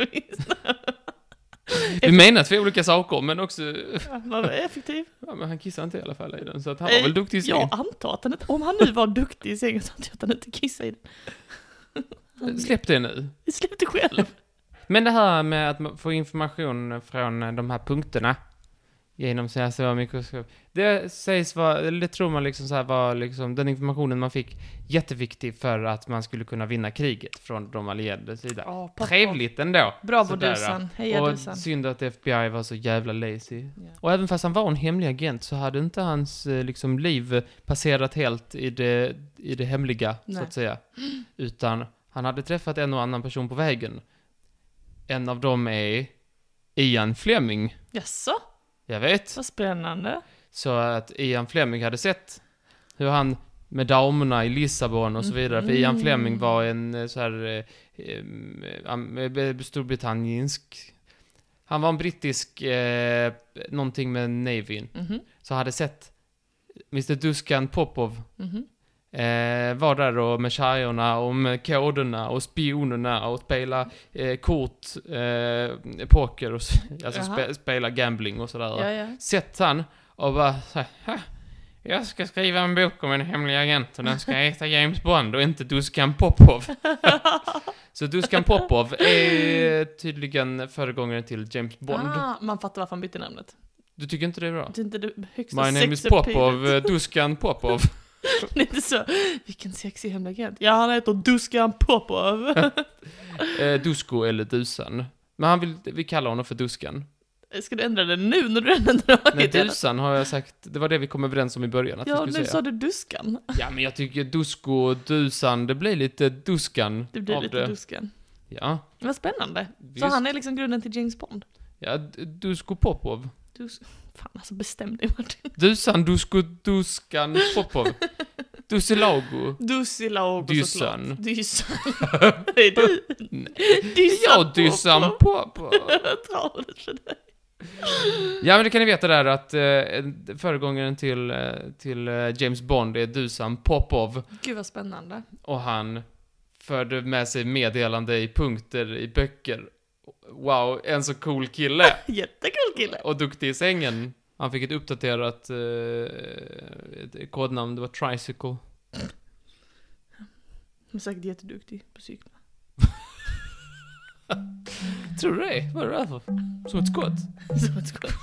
Vi menar två olika saker, men också... Ja, var effektiv. Ja, men han kissade inte i alla fall i den, så att han var väl duktig i sängen. Jag antar att han inte... Om han nu var duktig i sängen så antar jag att han inte kissade i den. Släpp det nu. Släpp det själv. Men det här med att få information från de här punkterna genom sina mikroskop. Det sägs vara, eller det tror man liksom så här var liksom den informationen man fick jätteviktig för att man skulle kunna vinna kriget från de allierades sida. Trevligt ändå. Bravo Dusan, heja Dusan. Och synd att FBI var så jävla lazy. Yeah. Och även fast han var en hemlig agent så hade inte hans liksom liv passerat helt i det hemliga. Nej. Så att säga. Utan han hade träffat en och annan person på vägen. En av dem är Ian Fleming. Jaså? Jag vet. Vad spännande. Så att Ian Fleming hade sett hur han med damerna i Lissabon och så vidare. För Ian Fleming var en så här storbritannisk. Han var en brittisk någonting med Navyn. Så hade sett Mr. Dusan Popov Var där och med tjejerna och med koderna och spionerna och spela kort, poker och alltså spela gambling och sådär. Ja. Sett han och bara så här, jag ska skriva en bok om en hemlig agent och den ska heta James Bond och inte Dušan Popov. Så Dušan Popov är tydligen föregångaren till James Bond. Man fattar varför han bytte namnet. Du tycker inte det är bra? Det är inte det högsta My name is Popov, Dušan Popov. Det är inte så, vilken sexig hemlig agent. Ja, han heter Dušan Popov. Dusko eller Dusan. Men vi kallar honom för Dušan. Ska du ändra det nu när du redan dragit? Nej, Dusan har jag sagt. Det var det vi kom överens om i början att vi skulle nu säga. sa du Dušan. Ja, men jag tycker Dusko och Dusan, det blir lite Dušan. Det blir lite Dušan. Ja. Vad spännande. Visst. Så han är liksom grunden till James Bond. Ja, Duško Popov. Fan, alltså bestäm dig, Martin. Dušan Popov. Dusilago. Dusilago såklart. Dušan. Det är du. Ja, Dušan Popov. Jag tror det för dig. Ja, men det kan ni veta där att föregångaren till James Bond är Dušan Popov. Gud vad spännande. Och han förde med sig meddelande i punkter i böcker. Wow, en så cool kille. Jättekul kille. Och duktig i sängen. Han fick ett uppdaterat kodnamn, det var Tricycle. Han är säkert jätteduktig på cykla. Tror du det? Vad är det för? Som ett skott? Som ett skott.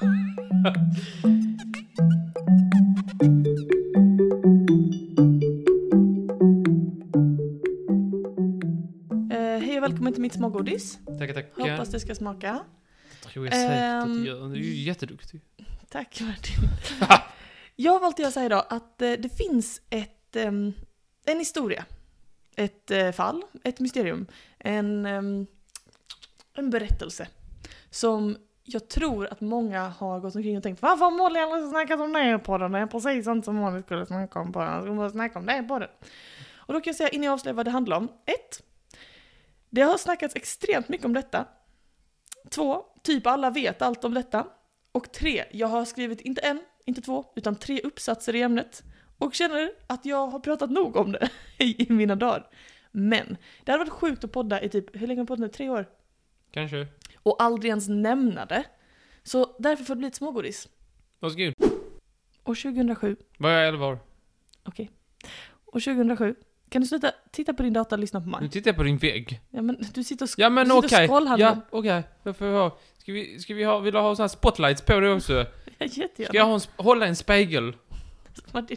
Hej och välkommen till mitt smågodis. Tack. Hoppas det ska smaka. Det tror jag säkert att du gör. Du är ju jätteduktig. Tack Martin. Jag har valt att säga idag att det finns en historia. Ett fall, ett mysterium. En berättelse. Som jag tror att många har gått omkring och tänkt, varför har Molly aldrig snackat om det på den? Det är precis sånt som Molly skulle snacka om på den. Jag skulle snacka om det på den. Och då kan jag säga innan jag avslöjar vad det handlar om. 1. Det har snackats extremt mycket om detta. 2. Typ alla vet allt om detta. Och 3. Jag har skrivit inte 1, inte 2, utan 3 uppsatser i ämnet. Och känner att jag har pratat nog om det i mina dagar. Men det hade varit sjukt att podda i typ, hur länge har jag poddat nu? 3 år? Kanske. Och aldrig ens nämna det. Så därför får det bli ett smågodis. Varsågod. År 2007. Var jag 11 år? Okej. År 2007. Kan du sluta titta på din data och lyssna på mig? Nu tittar jag på din vägg. Ja men du sitter och Ja men okej. scrollhandlar. Ja okej. Ska vi ha, vill du ha såna här spotlights på det också? Ja, jättegärna. Ska jag hålla en spegel? Martin.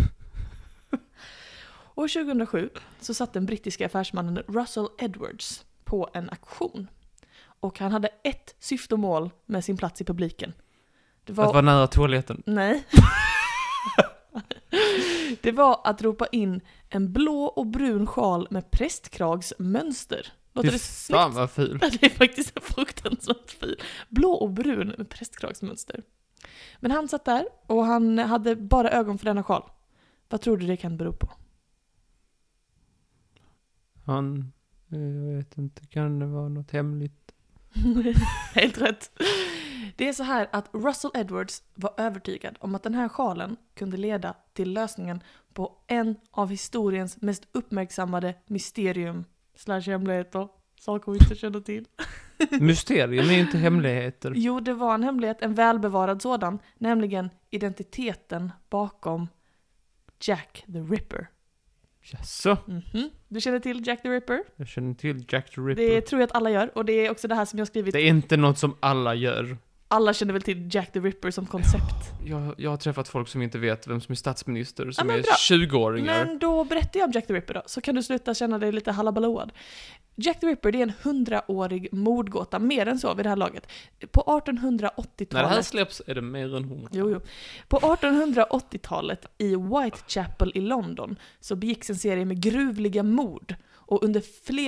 År 2007 så satt den brittiska affärsmannen Russell Edwards på en auktion. Och han hade ett syfte och mål med sin plats i publiken. Det var... Att vara nära toaletten. Nej. Det var att ropa in en blå och brun sjal med prästkragsmönster. Låter det snyggt? Fan vad ful. Det är faktiskt en fruktansvärt fil. Blå och brun med prästkragsmönster. Men han satt där och han hade bara ögon för denna sjal. Vad tror du det kan bero på? Jag vet inte, kan det vara något hemligt? Helt rätt. Det är så här att Russell Edwards var övertygad om att den här sjalen kunde leda till lösningen på en av historiens mest uppmärksammade mysterium / hemligheter. Saker vi inte känner till. Mysterium är ju inte hemligheter. Jo, det var en hemlighet, en välbevarad sådan, nämligen identiteten bakom Jack the Ripper. Jaså? Mm-hmm. Du känner till Jack the Ripper? Jag känner till Jack the Ripper. Det tror jag att alla gör, och det är också det här som jag har skrivit. Det är inte något som alla gör. Alla känner väl till Jack the Ripper som koncept. Jag har träffat folk som inte vet vem som är statsminister, som är bra. 20-åringar. Men då berättar jag om Jack the Ripper då, så kan du sluta känna dig lite halabalooad. Jack the Ripper, det är en 100-årig mordgåta, mer än så vid det här laget. På 1880-talet... När det här släpps är det mer än 100. Jo. På 1880-talet i Whitechapel i London så begicks en serie med gruvliga mord. Och under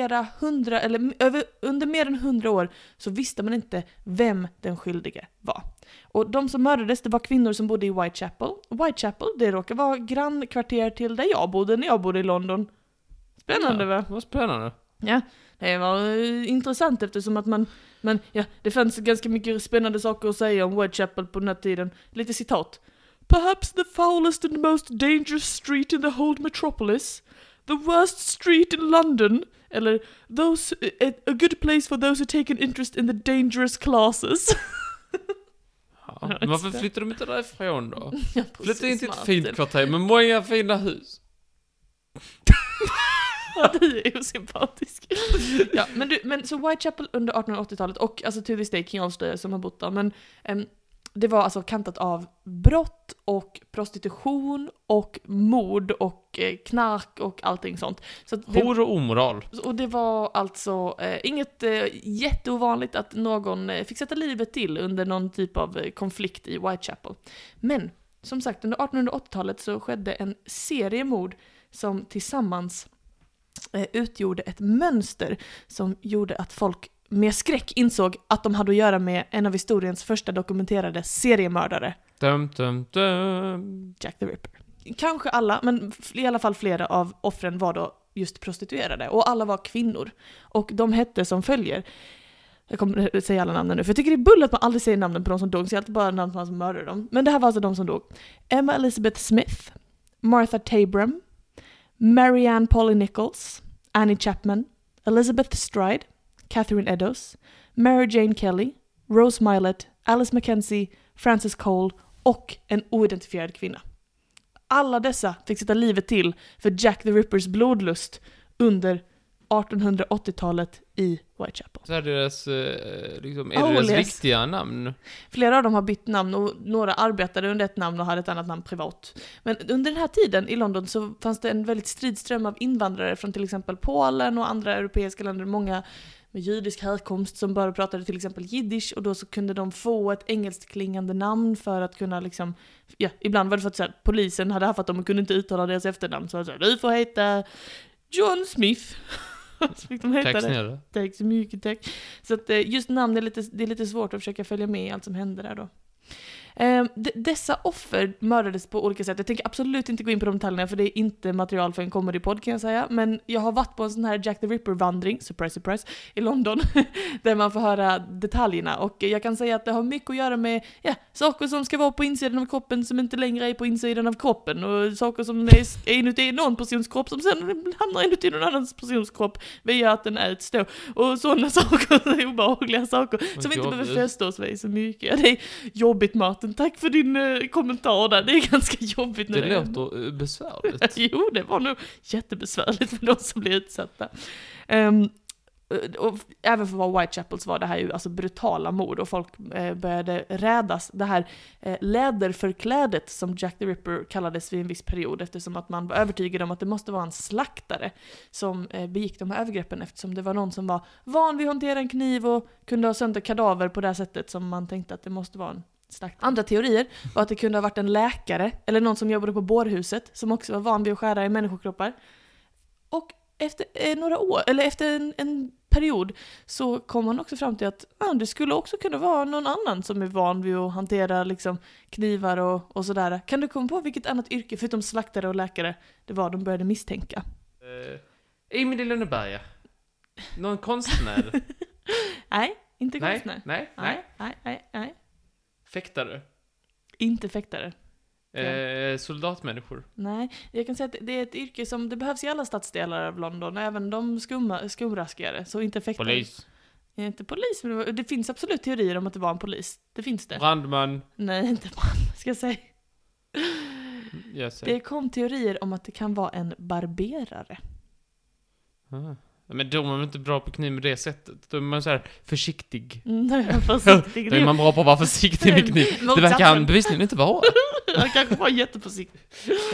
under mer än 100 år så visste man inte vem den skyldige var. Och de som mördades, det var kvinnor som bodde i Whitechapel. Whitechapel, det råkar vara grannkvarter till där jag bodde när jag bodde i London. Spännande, va? Vad spännande. Ja, det var intressant eftersom att det fanns ganska mycket spännande saker att säga om Whitechapel på den här tiden. Lite citat. Perhaps the foulest and most dangerous street in the whole metropolis. The worst street in London. Eller a good place for those who take an interest in the dangerous classes. Ja, men varför flyttar de inte därifrån då? Ja, Flytta in till ett fint kvarter med många fina hus. Ja, du är ju sympatisk. Ja, men så Whitechapel under 1880-talet och alltså till this day kan jag avslöja som har bott där, men det var alltså kantat av brott och prostitution och mord och knark och allting sånt. Så Hor och omoral. Och det var alltså inget jätteovanligt att någon fick sätta livet till under någon typ av konflikt i Whitechapel. Men som sagt, under 1880-talet så skedde en serie mord som tillsammans utgjorde ett mönster som gjorde att folk med skräck insåg att de hade att göra med en av historiens första dokumenterade seriemördare. Jack the Ripper. Kanske alla, men i alla fall flera av offren var då just prostituerade. Och alla var kvinnor. Och de hette som följer. Jag kommer att säga alla namnen nu, för jag tycker det är bull att man aldrig säger namnen på de som dog, så jag alltid bara namn på de som mördade dem. Men det här var alltså de som dog. Emma Elizabeth Smith, Martha Tabram, Marianne Polly Nichols, Annie Chapman, Elizabeth Stride, Catherine Eddowes, Mary Jane Kelly, Rose Mylett, Alice Mackenzie, Frances Cole och en oidentifierad kvinna. Alla dessa fick sätta livet till för Jack the Rippers blodlust under 1880-talet i Whitechapel. Så är deras, liksom, är deras riktiga namn? Flera av dem har bytt namn och några arbetade under ett namn och hade ett annat namn privat. Men under den här tiden i London så fanns det en väldigt stridström av invandrare från till exempel Polen och andra europeiska länder, många med judisk härkomst som bara pratade till exempel jiddisch, och då så kunde de få ett engelskklingande namn för att kunna liksom, ja, ibland var det för att så här, polisen hade haft att de kunde inte uttala deras efternamn, så att du får heta John Smith. Så fick de heta det. Tack så mycket, tack. Så att just namn det är lite svårt att försöka följa med i allt som händer där då. Dessa offer mördades på olika sätt. Jag tänker absolut inte gå in på de detaljerna, för det är inte material för en comedy-podd kan jag säga. Men jag har varit på en sån här Jack the Ripper-vandring, surprise, surprise, i London. Där man får höra detaljerna. Och jag kan säga att det har mycket att göra med saker som ska vara på insidan av kroppen som inte längre är på insidan av kroppen. Och saker som är inuti någon persons kropp som sen hamnar inuti någon annans persons kropp via att den äts då. Och sådana saker, obehagliga saker som inte behöver fästa oss vid så mycket. Det är jobbigt, Martin. Tack för din kommentar där. Det är ganska jobbigt. Det låter besvärligt. Jo, det var nog jättebesvärligt för de som blir utsatta. Och även för vad Whitechapel var det här ju alltså brutala mord, och folk började rädas det här läderförklädet som Jack the Ripper kallades vid en viss period, eftersom att man var övertygad om att det måste vara en slaktare som begick de här övergreppen, eftersom det var någon som var van vid att hantera en kniv och kunde ha sönder kadaver på det här sättet som man tänkte att det måste vara en slaktare. Andra teorier var att det kunde ha varit en läkare eller någon som jobbade på bårhuset som också var van vid att skära i människokroppar. Och efter några år, eller efter en period, så kom man också fram till att det skulle också kunna vara någon annan som är van vid att hantera liksom knivar och sådär. Kan du komma på vilket annat yrke förutom slaktare och läkare det var de började misstänka? Emil i Lönneberga. Någon konstnär? Nej, inte konstnär. Nej. Fäktare? Inte fäktare. Soldatmänniskor? Nej, jag kan säga att det är ett yrke som det behövs i alla stadsdelar av London, även de skumraskigare, så inte fäktare. Polis? Inte polis, men det finns absolut teorier om att det var en polis. Det finns det. Brandman? Nej, inte brandman, ska jag säga. Det kom teorier om att det kan vara en barberare. Men då är man inte bra på kniv med det sättet. Då är man så här försiktig. Försiktig. Då är man bra på att vara försiktig med kniv. Det verkar han bevisligen inte vara. Han kanske var jätteförsiktig.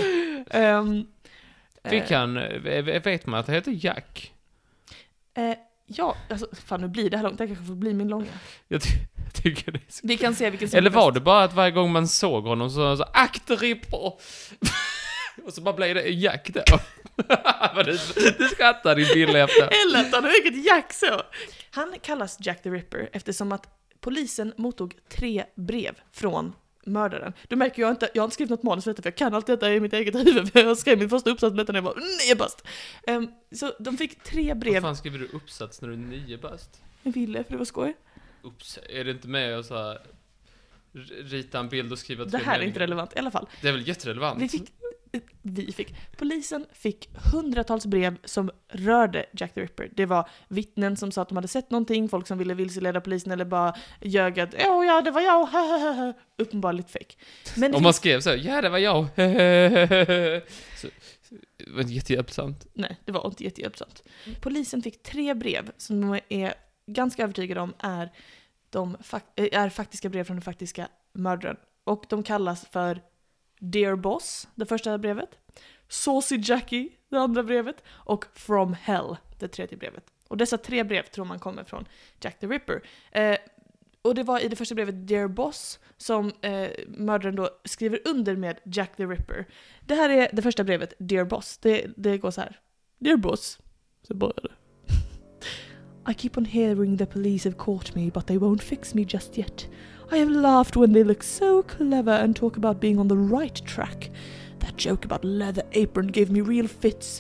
Vet man att det heter Jack? Ja, alltså, fan nu blir det här långt. Det kanske får bli min långa. Jag tycker det är så. Vi kan se vilken som eller var det bara att varje gång man såg honom så Jack the Ripper. Och så bara blev det Jack då. Du skrattar din bild efter. Eller att han har vilket Jack så. Han kallas Jack the Ripper eftersom att polisen mottog 3 brev från mördaren. Du märker jag har inte skrivit något manus för detta, för jag kan allt detta i mitt eget huvud. För jag skrev min första uppsats med detta när jag var 9 bast. Så de fick 3 brev. Vad fan skriver du uppsats när du är 9 bast? Jag ville, för det var skoj. Är det inte med och så här... rita en bild och skriva Det 3 här är meningar. inte relevant i alla fall. Det är väl jätterelevant? Polisen fick hundratals brev som rörde Jack the Ripper. Det var vittnen som sa att de hade sett någonting, folk som ville vilseleda polisen eller bara ljög att ja, det var jag, uppenbarligt fake. Men om man skrev så, ja det var jag. Så, det var inte jättehjälpsamt. Nej, det var inte jättehjälpsamt. Polisen fick 3 brev som de är ganska övertygade om är faktiska brev från den faktiska mördaren. Och de kallas för Dear Boss, det första brevet, Saucy Jackie, det andra brevet, och From Hell, det tredje brevet. Och dessa 3 brev tror man kommer från Jack the Ripper. Och det var i det första brevet Dear Boss som mördaren då skriver under med Jack the Ripper. Det här är det första brevet, Dear Boss. Det går så här. Dear Boss. Så börjar det. I keep on hearing the police have caught me, but they won't fix me just yet. I have laughed when they look so clever and talk about being on the right track. That joke about leather apron gave me real fits.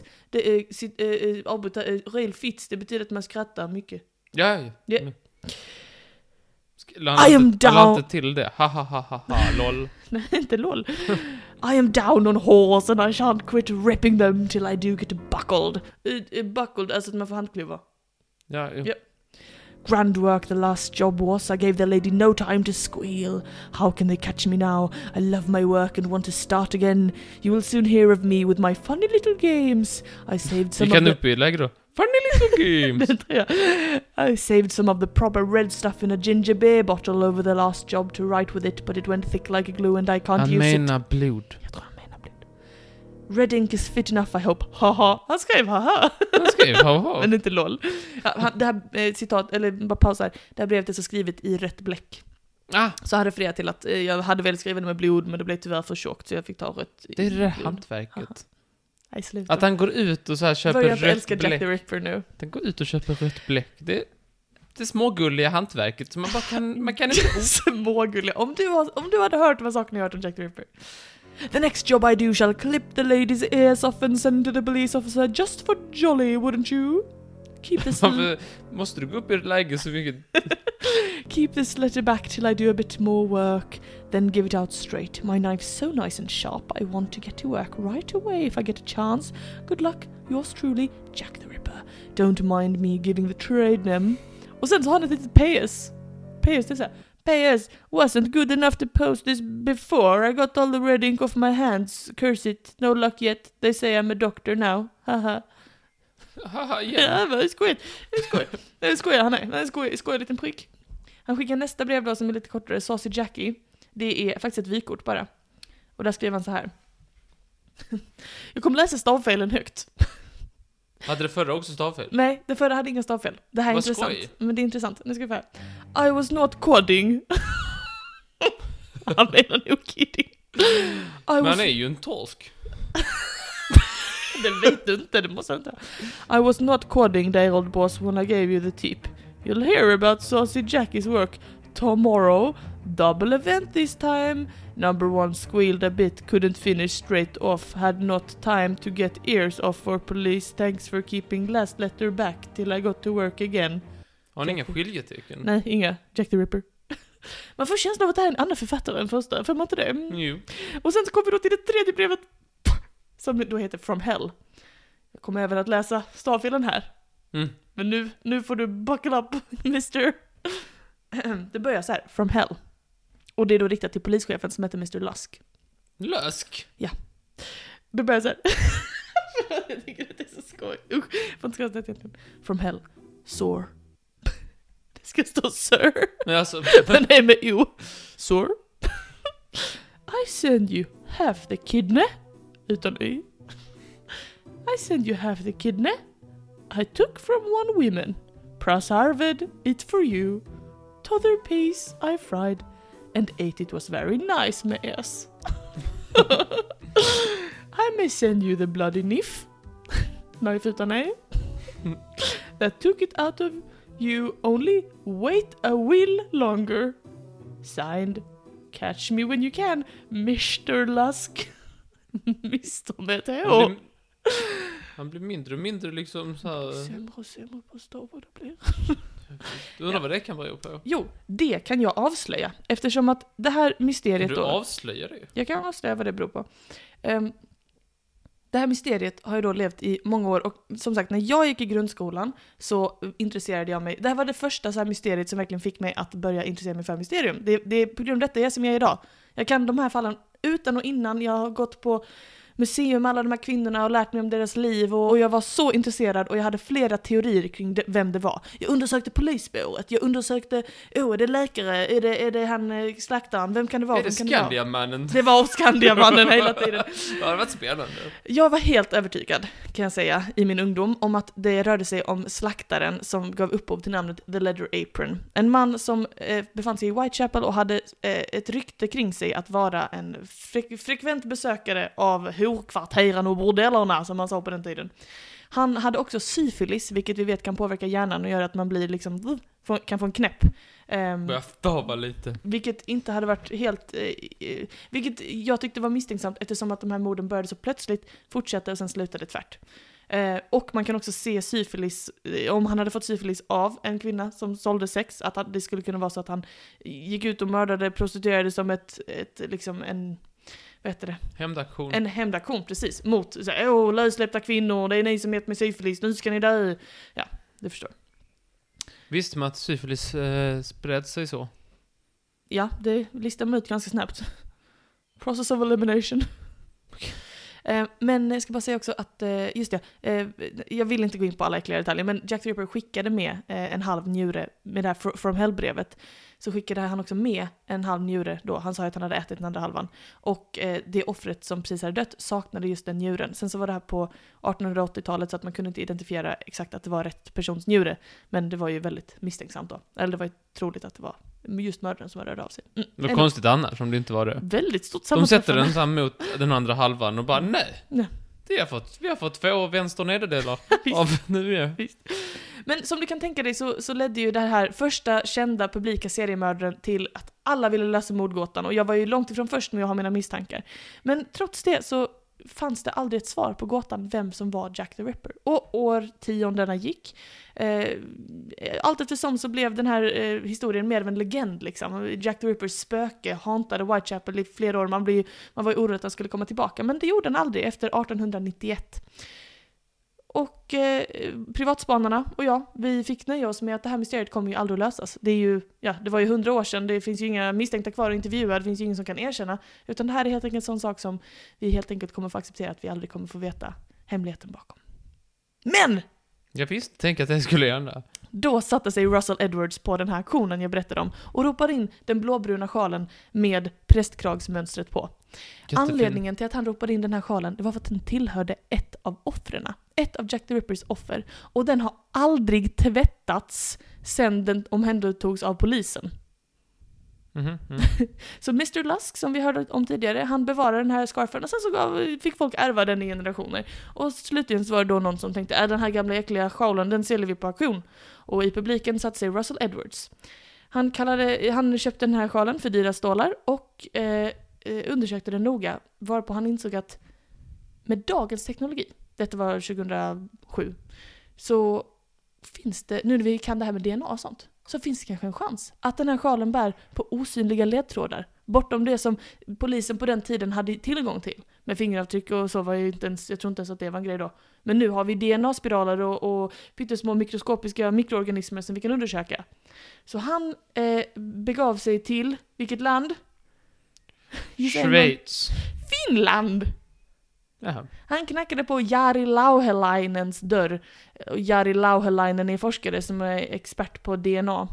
Real fits, det betyder att man skrattar mycket. Ja. Yeah. I am down. Han inte till det. Ha, lol. Nej, inte lol. I am down on horse and I shan't quit ripping them till I do get buckled. Buckled, alltså att man får handkluva. Ja. Yeah. Grand work the last job was. I gave the lady no time to squeal. How can they catch me now? I love my work and want to start again. You will soon hear of me with my funny little games. I saved some of the... lägre då. Funny little games. I saved some of the proper red stuff in a ginger beer bottle over the last job to write with it, but it went thick like a glue and I can't use it. Han menar blod. Jag tror han menar blod. Red ink is fit enough, I hope. Haha. Han skrev haha. Men inte lol. Det här citat, eller bara paus här. Det här brevet är så skrivet i rött bläck. Så han refererar till att jag hade väl skrivit det med blod, men det blev tyvärr för tjockt så jag fick ta rött. Det är det hantverket. Att han går ut och så här köper rött bläck. Älskar Jack the Ripper nu. Han går ut och köper rött bläck. Det smågulliga hantverket som man kan inte... Smågulliga. Om du hade hört vad saken jag hört om Jack the Ripper. The next job I do shall clip the lady's ears off and send to the police officer just for jolly, wouldn't you? Keep this... Måste du gå upp i läge så mycket? Keep this letter back till I do a bit more work, then give it out straight. My knife's so nice and sharp, I want to get to work right away if I get a chance. Good luck, yours truly, Jack the Ripper. Don't mind me giving the trade name. Och sen så har han ett litet PS. PS, det är så här. PS, wasn't good enough to post this before. I got all the red ink off my hands. Curse it, no luck yet. They say I'm a doctor now. Haha. Haha, yeah. Ja, men skojigt. Det skojar han är. Han skojar liten prick. Han skickar nästa brev då som är lite kortare. Saucy Jackie. Det är faktiskt ett vykort bara. Och där skriver han så här. Jag kommer läsa stavfelen högt. Hade det förra också stavfel? Nej, det förra hade inga stavfel. Det här är intressant. Skoj. Men det är intressant. Nu ska vi få här. I was not coding. Han menar nog kidding. Men han är ju en tolk. Det vet du inte, det måste jag inte. I was not coding, dear old boss, when I gave you the tip. You'll hear about Saucy Jackie's work tomorrow. Double event this time. Number 1 squealed a bit, couldn't finish straight off. Had not time to get ears off for police. Thanks for keeping last letter back till I got to work again. Har ni inga skiljetecken? Nej, inga. Jack the Ripper. Man får känslan av att det här är en annan författare än första. Får man inte det? Jo. Och sen så kommer vi då till det tredje brevet. Som då heter From Hell. Jag kommer även att läsa stavfilen här. Men nu får du buckle up, mister. Det börjar så här, From Hell. Och det är då riktat till polischefen som heter Mr. Lusk. Lusk? Ja. Det börjar så här. Jag tycker att det är så skoj. Får inte skriva det egentligen. From Hell. Sore. Det ska stå sir. Alltså. Men det är med O. Sore. I send you half the kidney. Utan Y. I send you half the kidney. I took from one woman. Preserved it for you. T'other piece I fried. And ate it was very nice med S. I may send you the bloody knife. Knife utan E. That took it out of you, only wait a will longer. Signed, catch me when you can, Mr. Lusk. Mr. med ett H. Han blir mindre och mindre liksom så här... Sämre och sämre på stav vad det blir. Du undrar vad det kan bero på? Jo, det kan jag avslöja. Eftersom att det här mysteriet... Kan du avslöja det? Jag kan avslöja vad det beror på. Det här mysteriet har ju då levt i många år, och som sagt, när jag gick i grundskolan så intresserade jag mig. Det här var det första så här mysteriet som verkligen fick mig att börja intressera mig för mysterium. Det är på grund av detta jag är som jag är idag. Jag kan de här fallen utan och innan. Jag har gått på museum med alla de här kvinnorna och lärt mig om deras liv, och jag var så intresserad, och jag hade flera teorier kring vem det var. Jag undersökte polisspåret, jag undersökte, är det läkare, är det han slaktaren, vem kan det vara? Är det Skandiamannen? Det var Skandiamannen hela tiden. Ja, det har varit spännande. Jag var helt övertygad, kan jag säga, i min ungdom om att det rörde sig om slaktaren som gav upphov till namnet The Leather Apron. En man som befann sig i Whitechapel och hade ett rykte kring sig att vara en frekvent besökare av horkvarteren och bordellerna, som man sa på den tiden. Han hade också syfilis, vilket vi vet kan påverka hjärnan och göra att man blir liksom, kan få en knäpp. Jag förva lite. Vilket inte hade varit helt... vilket jag tyckte var misstänksamt, eftersom att de här morden började så plötsligt, fortsatte och sen slutade tvärt. Och man kan också se syfilis, om han hade fått syfilis av en kvinna som sålde sex, att det skulle kunna vara så att han gick ut och mördade prostituerade som ett liksom en... Vad heter det? Hämndaktion. En hämndaktion, precis. Mot såhär, lössläppta kvinnor, det är ni som heter med syfilis, nu ska ni dö. Ja, det förstår. Visste man att syfilis spred sig så? Ja, det listar man ut ganska snabbt. Process of elimination. Men jag ska bara säga också att, just det, jag vill inte gå in på alla äckliga detaljer, men Jack the Ripper skickade med en halv njure med det här From Hell-brevet. Så skickade han också med en halv njure då. Han sa att han hade ätit den andra halvan. Och det offret som precis hade dött saknade just den njuren. Sen så var det här på 1880-talet så att man kunde inte identifiera exakt att det var rätt persons njure. Men det var ju väldigt misstänksamt då. Eller det var ju troligt att det var just mördaren som rörde av sig. Det var konstigt annars om det inte var det. Väldigt stort De sammanträffande. sätter den så här mot den andra halvan och bara nej. Vi har fått 2 vänster nederdelar av nu är. Visst. Men som du kan tänka dig så ledde ju det här första kända publika seriemördaren till att alla ville lösa mordgåtan, och jag var ju långt ifrån först med att ha mina misstankar. Men trots det så fanns det aldrig ett svar på gåtan vem som var Jack the Ripper. Och årtiondena gick. Allt eftersom så blev den här historien mer av en legend liksom. Jack the Rippers spöke hantade Whitechapel i flera år. Man var ju orolig att han skulle komma tillbaka, men det gjorde han aldrig efter 1891. Och privatspanarna och vi fick nöja oss med att det här mysteriet kommer ju aldrig att lösas. Det var ju 100 år sedan, det finns ju inga misstänkta kvar att intervjua, det finns ju ingen som kan erkänna. Utan det här är helt enkelt en sån sak som vi helt enkelt kommer få acceptera att vi aldrig kommer få veta hemligheten bakom. Men! Jag visste, tänk att det skulle hända. Då satte sig Russell Edwards på den här aktionen jag berättade om och ropade in den blåbruna sjalen med prästkragsmönstret på. Jättefin. Anledningen till att han ropade in den här sjalen, det var för att den tillhörde ett av offrena. Ett av Jack the Rippers offer. Och den har aldrig tvättats sedan den omhändertogs av polisen. Så Mr. Lusk, som vi hörde om tidigare, han bevarade den här scarfen och sen så fick folk ärva den i generationer. Och slutligen så var det då någon som tänkte, den här gamla äckliga sjalen, den säljer vi på auktion. Och i publiken satt sig Russell Edwards. Han köpte den här sjalen för dyra stålar och undersökte den noga, varpå han insåg att med dagens teknologi, detta var 2007, så finns det, nu när vi kan det här med DNA och sånt, så finns det kanske en chans att den här sjalen bär på osynliga ledtrådar, bortom det som polisen på den tiden hade tillgång till. Med fingeravtryck och så var ju inte ens, jag tror inte ens att det var en grej då. Men nu har vi DNA-spiraler och pyttesmå mikroskopiska mikroorganismer som vi kan undersöka. Så han begav sig till, vilket land? Schweiz. Finland! Jaha. Han knackade på Jari Lauhelainens dörr. Och Jari Lauhelainen är forskare som är expert på DNA.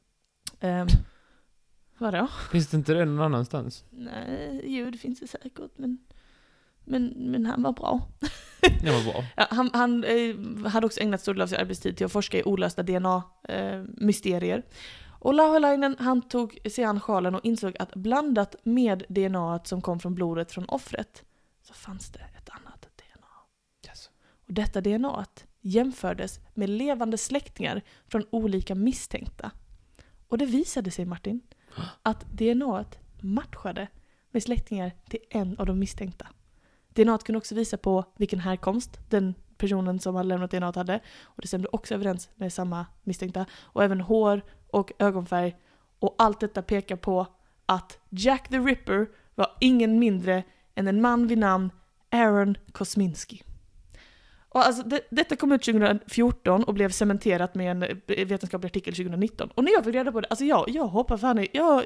Vadå? Finns det inte det någon annanstans? Nej, det finns det säkert. Men han var bra. Det var bra. Ja, han hade också ägnat stor del av sin arbetstid till att forska i olösta DNA-mysterier. Och Lauhelainen, han tog sig an sjalen och insåg att blandat med DNA som kom från blodet från offret så fanns det ett annat DNA. Yes. Och detta DNA jämfördes med levande släktingar från olika misstänkta. Och det visade sig, Martin, att DNA matchade med släktingar till en av de misstänkta. DNA kunde också visa på vilken härkomst den personen som hade lämnat DNA hade. Och det stämde också överens med samma misstänkta. Och även hår och ögonfärg. Och allt detta pekar på att Jack the Ripper var ingen mindre än en man vid namn Aaron Kosminski. Och alltså, detta kom ut 2014 och blev cementerat med en vetenskaplig artikel 2019. Och när jag fick reda på det, alltså jag hoppar fan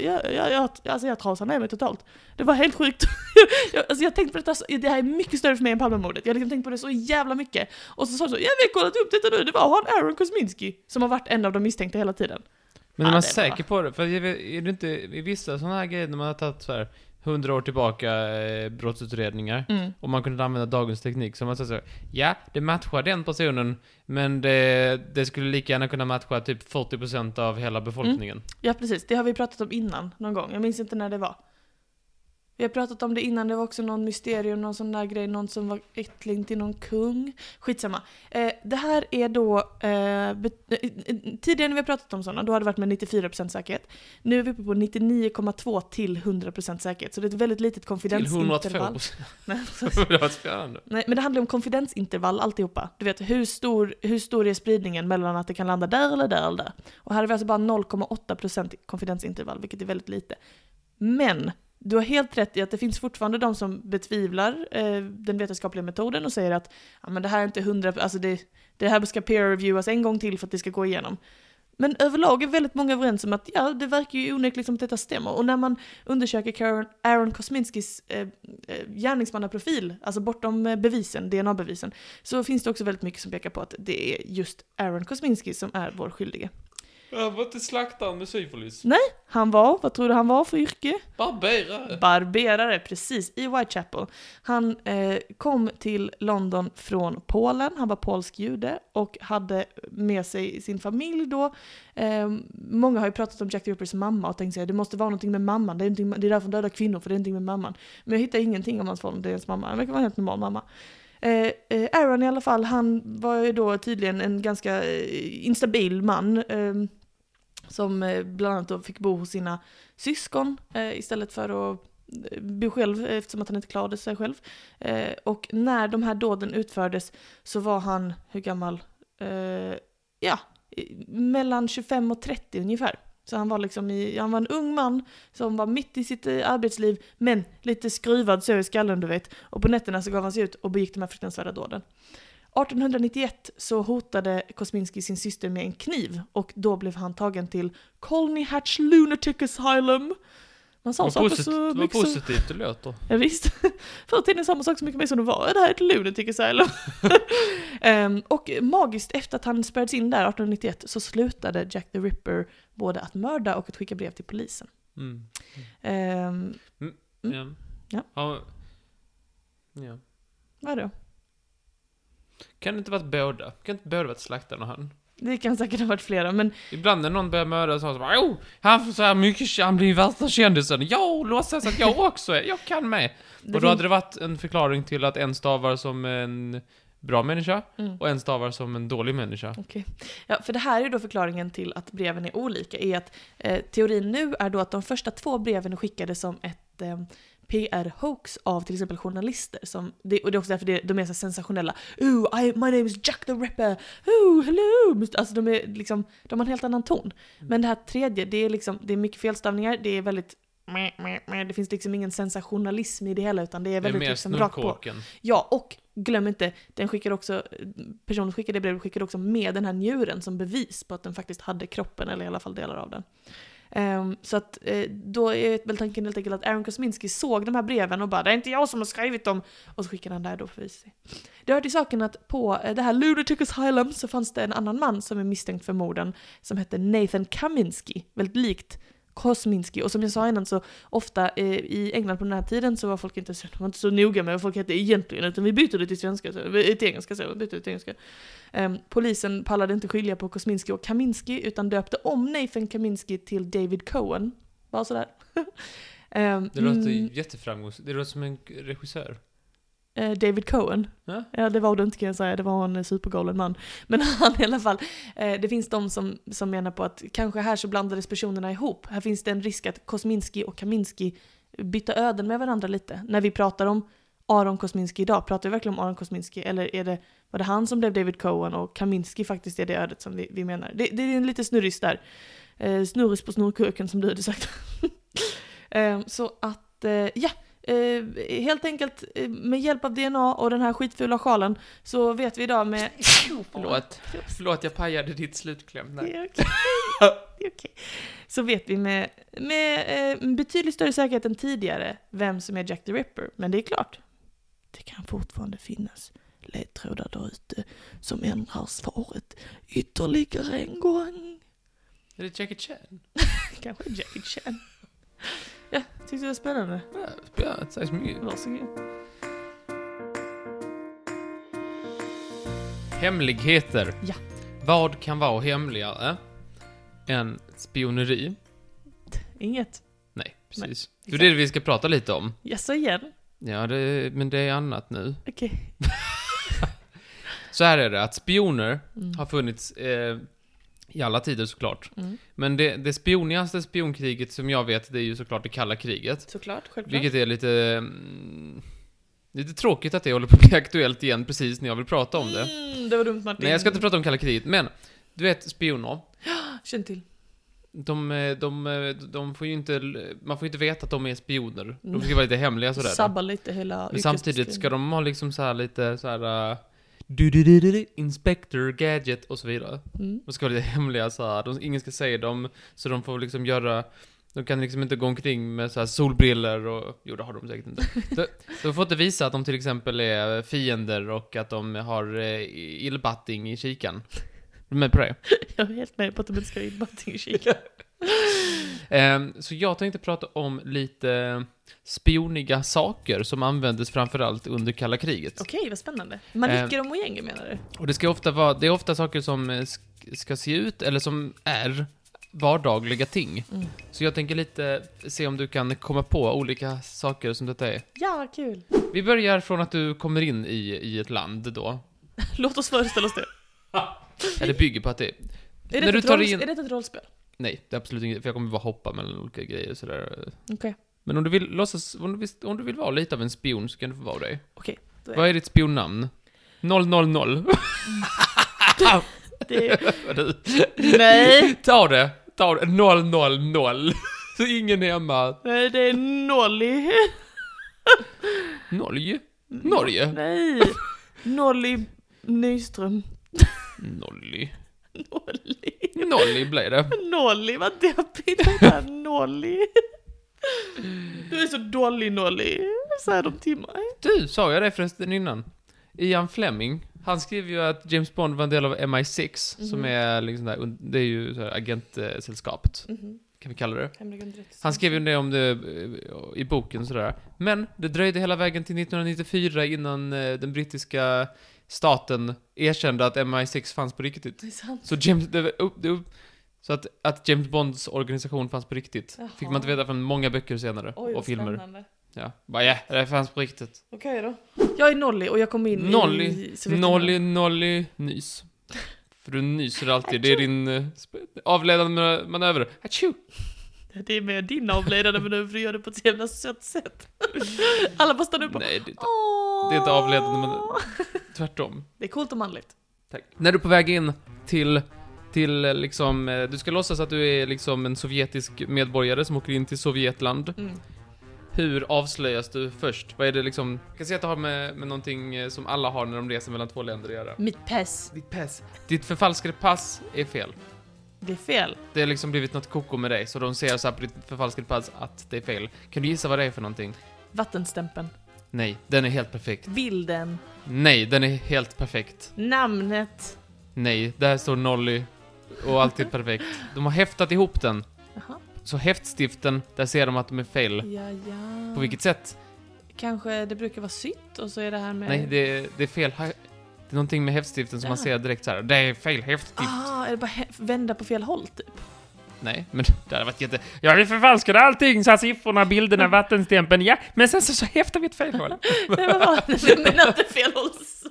jag trasade ner mig totalt. Det var helt sjukt. Jag tänkte på det här är mycket större för mig än Palmemordet. Jag har liksom tänkt på det så jävla mycket. Och så sa jag har kollat upp detta nu, det var han Aaron Kosminski som har varit en av de misstänkta hela tiden. Men är man säker på det? För är det inte i vissa sådana här grejer när man har tagit så här 100 år tillbaka brottsutredningar och man kunde använda dagens teknik som man säger ja, det matchar den personen men det skulle lika gärna kunna matcha typ 40% av hela befolkningen. Ja, precis. Det har vi pratat om innan någon gång. Jag minns inte när det var. Vi har pratat om det innan, det var också någon mysterium, någon sån där grej, någon som var ättling till någon kung. Skitsamma. Det här är då, tidigare när vi har pratat om sådana, då har det varit med 94% säkerhet. Nu är vi uppe på 99,2 till 100% säkerhet, så det är ett väldigt litet konfidensintervall. Till 102%. Det var spännande. Nej, men det handlar om konfidensintervall alltihopa. Du vet, hur stor är spridningen mellan att det kan landa där eller där eller där. Och här är vi alltså bara 0,8% konfidensintervall, vilket är väldigt lite. Men du har helt rätt i att det finns fortfarande de som betvivlar den vetenskapliga metoden och säger att ja, men det här är inte 100, alltså det här ska peer-reviewas en gång till för att det ska gå igenom. Men överlag är väldigt många överens om att ja, det verkar ju onekligen som att detta stämmer. Och när man undersöker Aaron Kosminskis gärningsmannaprofil, alltså bortom bevisen, DNA-bevisen, så finns det också väldigt mycket som pekar på att det är just Aaron Kosminski som är vår skyldige. Han var inte slaktaren med syfilis. Nej, vad tror du han var för yrke? Barberare, precis, i Whitechapel. Han kom till London från Polen, han var polsk jude och hade med sig sin familj då. Många har ju pratat om Jack the Rippers mamma och tänkt sig att det måste vara någonting med mamman. Det är därför de dödar kvinnor, för det är någonting med mamman. Men jag hittar ingenting om hans förhållande till hans mamma. Han verkar vara en helt normal mamma. Aaron i alla fall, han var ju då tydligen en ganska instabil man som bland annat då fick bo hos sina syskon istället för att bo själv eftersom att han inte klarade sig själv. Och när de här dåden utfördes så var han, hur gammal? Mellan 25 och 30 ungefär. Så han var liksom han var en ung man som var mitt i sitt arbetsliv, men lite skruvad så i skallen, du vet. Och på nätterna så gav han sig ut och begick de här fruktansvärda dåden. 1891 så hotade Kosminski sin syster med en kniv och då blev han tagen till Colney Hatch Lunatic Asylum. Man sa saker så mycket vad positivt det låter. Ja, visst. Förr tiden samma sak så mycket mer som det var. Det här är ett lunatic asylum. Och magiskt efter att han spärrades in där 1891 så slutade Jack the Ripper både att mörda och att skicka brev till polisen. Ja. Vad är det? Kan det inte varit båda? Kan inte båda varit slaktaren och han? Det kan säkert ha varit flera, men ibland när någon börjar mörda så bara, han får så här mycket, han blir värsta kändisen. Jag låtsas att jag också är, jag kan med. Och då hade det varit en förklaring till att en stavar som en bra människa och en stavar som en dålig människa. Okay. Ja, för det här är då förklaringen till att breven är olika, är att teorin nu är då att de första 2 breven är skickade som ett PR-hoax av till exempel journalister och det är också därför de är så sensationella. My name is Jack the Ripper. Hello. Alltså de har en helt annan ton. Men det här tredje, det är mycket felstavningar, det är väldigt det finns liksom ingen sensationalism i det hela, utan det är väldigt liksom rakt på. Ja, och glöm inte, personen skickade brevet skickade också med den här njuren som bevis på att den faktiskt hade kroppen, eller i alla fall delar av den. Så att då är väl tanken helt enkelt att Aaron Kosminski såg de här breven och bara, det är inte jag som har skrivit dem, och så skickade han där då för att visa sig. Det hör till saken att på det här Lunatic Asylum så fanns det en annan man som är misstänkt för morden som hette Nathan Kaminsky, väldigt likt Kosminski. Och som jag sa innan så ofta i England på den här tiden så var folk inte så noga med vad folk hette egentligen, utan vi bytte det till svenska, till engelska, så bytte det till engelska. Polisen pallade inte skilja på Kosminski och Kaminsky utan döpte om Nathan Kaminsky till David Cohen. Bara sådär. Det låter jätteframgångsrikt. Det låter som en regissör. David Cohen. Ja, det var det inte, kan jag säga. Det var en supergalen man. Men han i alla fall, det finns de som menar på att kanske här så blandades personerna ihop. Här finns det en risk att Kosminski och Kaminsky bytte öden med varandra lite. När vi pratar Aaron Kosminski idag? Pratar vi verkligen om Aaron Kosminski? Eller var det han som blev David Cohen och Kaminski faktiskt är det ödet som vi menar? Det är en lite snurris där. Snurris på snorkurken som du hade sagt. Så att, helt enkelt med hjälp av DNA och den här skitfula sjalen så vet vi idag med... Förlåt, jag pajade ditt slutkläm. Det är okej. Så vet vi med betydligt större säkerhet än tidigare vem som är Jack the Ripper. Men det är klart, det kan fortfarande finnas ledtrådar där ute som ändrar svaret ytterligare en gång. Är det Jackie Chan? Kanske Jackie Chan. Ja, tyckte det var spännande. Ja, det sägs mycket. Varsågod. Hemligheter. Ja. Vad kan vara hemligare än spioneri? Inget. Nej, precis. Nej, det är det vi ska prata lite om. Ja, så igen. Ja, men det är annat nu. Okej. Så här är det, att spioner har funnits i alla tider såklart. Men det spionigaste spionkriget som jag vet, det är ju såklart det kalla kriget. Såklart, självklart. Vilket är lite tråkigt att det håller på att bli aktuellt igen precis när jag vill prata om det. Det var dumt, Martin. Nej, jag ska inte prata om kalla kriget, men du vet, spioner. Känn till. De får ju inte, man får ju inte veta att de är spioner. De ska vara lite hemliga sådär. Sabba lite hela. Men samtidigt ska de ha liksom så här lite så här Inspector Gadget och så vidare. De ska vara lite hemliga så här. Ingen ska säga dem, så de får liksom göra. De kan liksom inte gå omkring med så här solbriller och... Jo, det har de säkert inte. De får inte visa att de till exempel är fiender och att de har illbatting i kikan. Är du med på det? Jag är helt med på att de inte ska ha illbatting i kikan. Så jag tänkte prata om lite spioniga saker som användes framförallt under kalla kriget. Okej, vad spännande. Maliker och mojänger menar du? Och det är ofta saker som ska se ut eller som är vardagliga ting. Så jag tänker lite se om du kan komma på olika saker som detta är. Ja, kul. Vi börjar från att du kommer in i ett land då. Låt oss föreställa oss det. Ja, det bygger på att det... Är det ett rollspel? Nej, det är absolut inget, för jag kommer bara hoppa mellan olika grejer och sådär. Okej. Men om du vill om du vill vara lite av en spion så kan du få vara det. Okej. Vad är ditt spionnamn? 000. Nej. Ta det. 000. Så ingen är hemma. Nej, det är Nolly. Norge? Nej. Nolly Nyström. Nolly blev det. Nolly, vad deppigt. Nolly. Du är så dålig, Nolly. Säger de till mig. Du, sa jag det förresten innan? Ian Fleming, han skrev ju att James Bond var en del av MI6, som är liksom där, det är ju så här agentsällskapet. Kan vi kalla det. Han skrev ju det om det i boken sådär. Men det dröjde hela vägen till 1994 innan den brittiska staten erkände att MI6 fanns på riktigt. Det är sant. Så att James Bonds organisation fanns på riktigt. Jaha. Fick man inte veta från många böcker senare. Oj, och filmer. Spännande. Ja, bara det fanns på riktigt. Okej då. Jag är Nolly och jag kom in Nolly nys. För du nyser alltid. Det är din avledande manöver. Achoo! Det är med din avledande manöver, för du gör det på ett jävla sött sätt. Alla bara stannar upp och... Nej, det är inte avledande, men tvärtom. Det är coolt och manligt. Tack. När du är på väg in till liksom, du ska låtsas att du är liksom en sovjetisk medborgare som åker in till Sovjetland. Hur avslöjas du först? Vad är det liksom? Jag kan säga att det har med någonting som alla har när de reser mellan två länder att göra. Mitt pass. Ditt pass. Ditt förfalskade pass är fel. Det är fel. Det har liksom blivit något koko med dig, så de ser så här på ditt förfalskade pass att det är fel. Kan du gissa vad det är för någonting? Vattenstämpeln. Nej, den är helt perfekt. Bilden. Nej, den är helt perfekt. Namnet. Nej, där står Nolly och allt är perfekt. De har häftat ihop den. Jaha. Så häftstiften, där ser de att de är fel. Ja. På vilket sätt? Kanske det brukar vara sytt och så är det här med... Nej, det är fel. Det är någonting med häftstiften som man ser direkt så här. Det är fel häftstift. Är det bara vända på fel håll typ? Nej, men det hade varit Ja, vi förfalskade allting, så här siffrorna, bilderna, vattenstämpeln. Ja, men sen så häftar vi ett fel håll. Nej, vad var det? Jag menar inte fel håll så.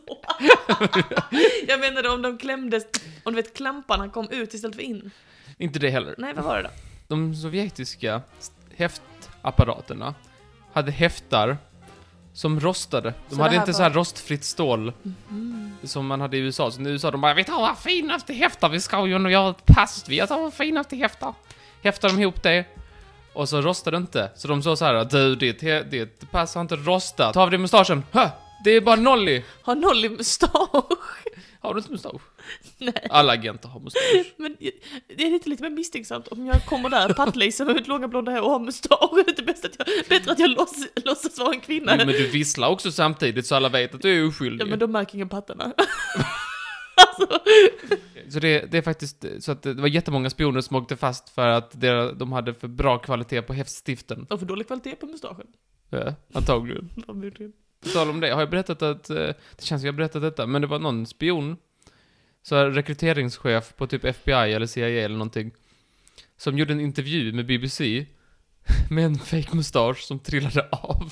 Jag menade om de klämdes, om du vet klamparna kom ut istället för in. Inte det heller. Nej, vad var det då? De sovjetiska häftapparaterna hade häftar som rostade. De Så hade det här inte var- så här rostfritt stål som man hade i USA. Så i USA de bara, vi tar våra finaste häftar, vi ska ju göra ett pass, vi tar våra finaste häftar. Häftar de ihop det. Och så rostade det inte. Så de sa så här, du, ditt pass har inte rostat. Ta av dig mustaschen. Det är bara Nolly. Har Nolly mustasch? Har du inte mustasch? Nej. Alla agenter har mustasch. Men det är lite mer misstänksamt om jag kommer där, pattlejsar med långa blonda hår och har mustasch. Det är det bättre att jag låtsas vara en kvinna. Men du visslar också samtidigt så alla vet att du är oskyldig. Ja, men de märker inga pattarna. Alltså. Så det är faktiskt så att det var jättemånga spioner som åkte fast för att de hade för bra kvalitet på häftstiften. Och för dålig kvalitet på mustaschen. Ja, antagligen. Förmodligen. På tal om det, har jag berättat att, det känns som jag har berättat detta, men det var någon spion, så här rekryteringschef på typ FBI eller CIA eller någonting, som gjorde en intervju med BBC med en fake mustasch som trillade av.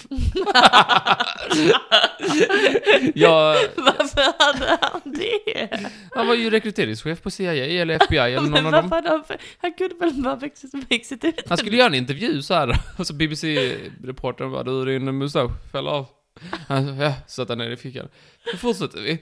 Varför hade han det? Han var ju rekryteringschef på CIA eller FBI eller någon Men av dem. varför han kunde väl bara växit ut. Han skulle göra en intervju så här, och så BBC-reportern bara, du, din mustasch fäller av. Han ja, satt han ner i fickan. Då fortsätter vi.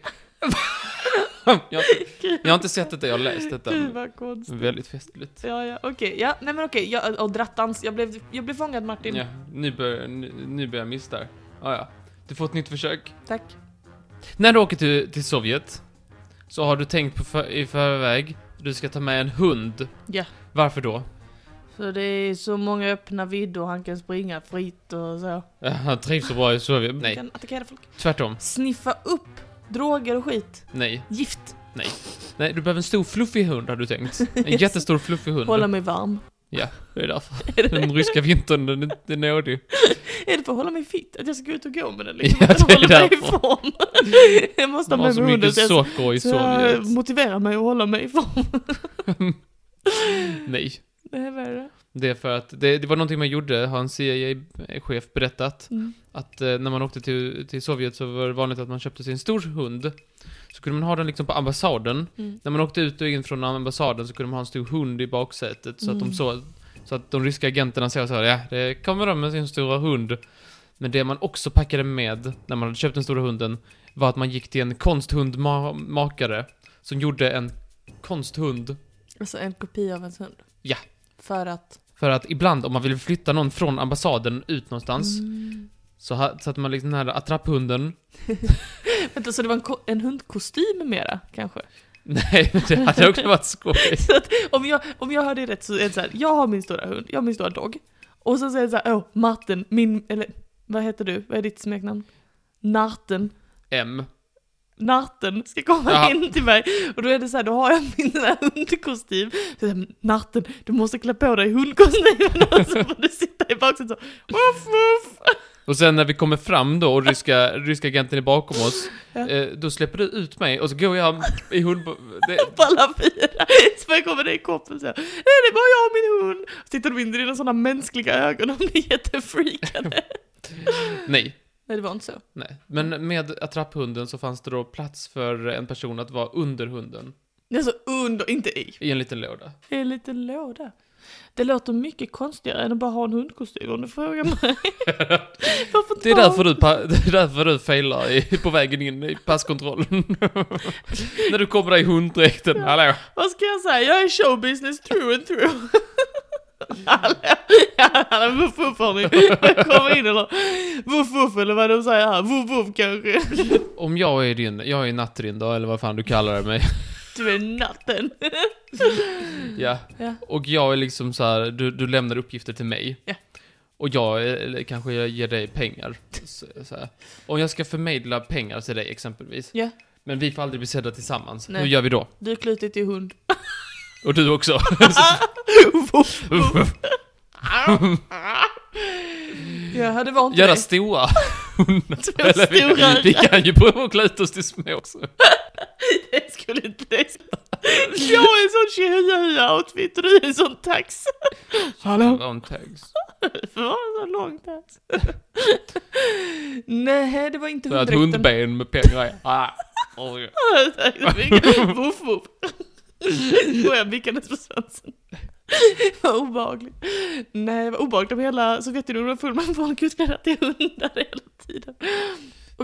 Jag har inte sett det, jag har läst detta. Gud vad konstigt. Väldigt festligt. Ja, okej. Ja, nej men okej. Och drattans. Jag blev fångad, Martin. Ja, nu börjar jag missa där. Ja. Du får ett nytt försök. Tack. När du åker till Sovjet så har du tänkt på i förväg du ska ta med en hund. Ja. Varför då? Så det är så många öppna vidder, han kan springa fritt och så. Ja, han trivs så bra i Sovjet. Han Nej, kan attackera folk. tvärtom. Sniffa upp droger och skit. Nej, Gift. du behöver en stor fluffig hund har du tänkt. En jättestor fluffig hund. Hålla mig varm. Ja, det är därför. Den ryska vintern, den är nådig. Är det för att hålla mig fit? Att jag ska gå ut och gå med den liksom? Ja, Att det är hålla mig i därför. form. Jag måste De ha har med så mig hunden mycket socker i så jag Sovjet. motiverar mig att hålla mig i form. Nej. Det är värre. Det är för att det var någonting man gjorde, har en CIA-chef berättat. Att när man åkte till Sovjet så var det vanligt att man köpte sig en stor hund. Så kunde man ha den liksom på ambassaden. När man åkte ut och in från ambassaden så kunde man ha en stor hund i baksätet. Så att så att de ryska agenterna såg så här, ja, det kommer de med sin stora hund. Men det man också packade med när man hade köpt den stora hunden var att man gick till en konsthundmakare som gjorde en konsthund. Alltså en kopia av ens hund. Ja. För att ibland om man vill flytta någon från ambassaden ut någonstans så att man liksom den här attrapphunden. Vänta, så det var en hundkostym med mera, kanske? Nej, men det hade också varit skoj. Så att om jag hörde rätt så är det så här, jag har min stora hund, jag har min stora dog. Och så säger det så här, Martin, eller vad heter du? Vad är ditt smeknamn? Narten ska komma in till mig. Och då är det så här, då har jag min sån här hundkostym. Så jag säger, Narten, du måste klä på dig hundkostymen. Och så får du sitta i baksätet så, woof, woof. Och sen när vi kommer fram då och ryska agenten är bakom oss, då släpper du ut mig och så går jag i hund... På alla fyra. Så jag kommer det i koppen och säger, nej, det är bara jag och min hund. Så tittar de in i dina sådana mänskliga ögon och blir jättefreakade. Nej. Nej, det var inte så. Nej. Men med attrapphunden så fanns det då plats för en person att vara under hunden. Alltså under, inte i. I en liten låda. I en liten låda. Det låter mycket konstigare än att bara ha en hundkostym om du frågar mig. Det är därför du failar på vägen in i passkontrollen. När du kommer där i hunddräkten. Hallå. Vad ska jag säga? Jag är showbusiness through and through. Hallå, vuff vuff har ni. Jag kommer in eller vuff vuff eller vad de säger här. Vuff vuff kanske. Om jag är nattrin då, eller vad fan du kallar det mig. Du är natten. Ja. Och jag är liksom så här, du lämnar uppgifter till mig. Ja. Och jag kanske jag ger dig pengar. Så här. Om jag ska förmedla pengar till dig exempelvis. Ja. Men vi får aldrig bli sedda tillsammans. Nej. Hur gör vi då? Du är klutit till hund. Och du också. Vuff vuff. Ja, det var inte Göra det. stora. Stora. Vi kan ju prova att klä ut oss till små också. Det skulle inte det. Jag är en sån tjej-outfit och du är en sån tax. Hallå? Long tags. För en sån lång tax. Nej, det var inte Så ett hunddräkten. hundben med pengar i. Vuff vuff. Då är jag vickandes på svansen. Vad obehagligt. Nej, det var obehagligt om hela Sovjetunionen var full med folk utklädda till hundar hela tiden.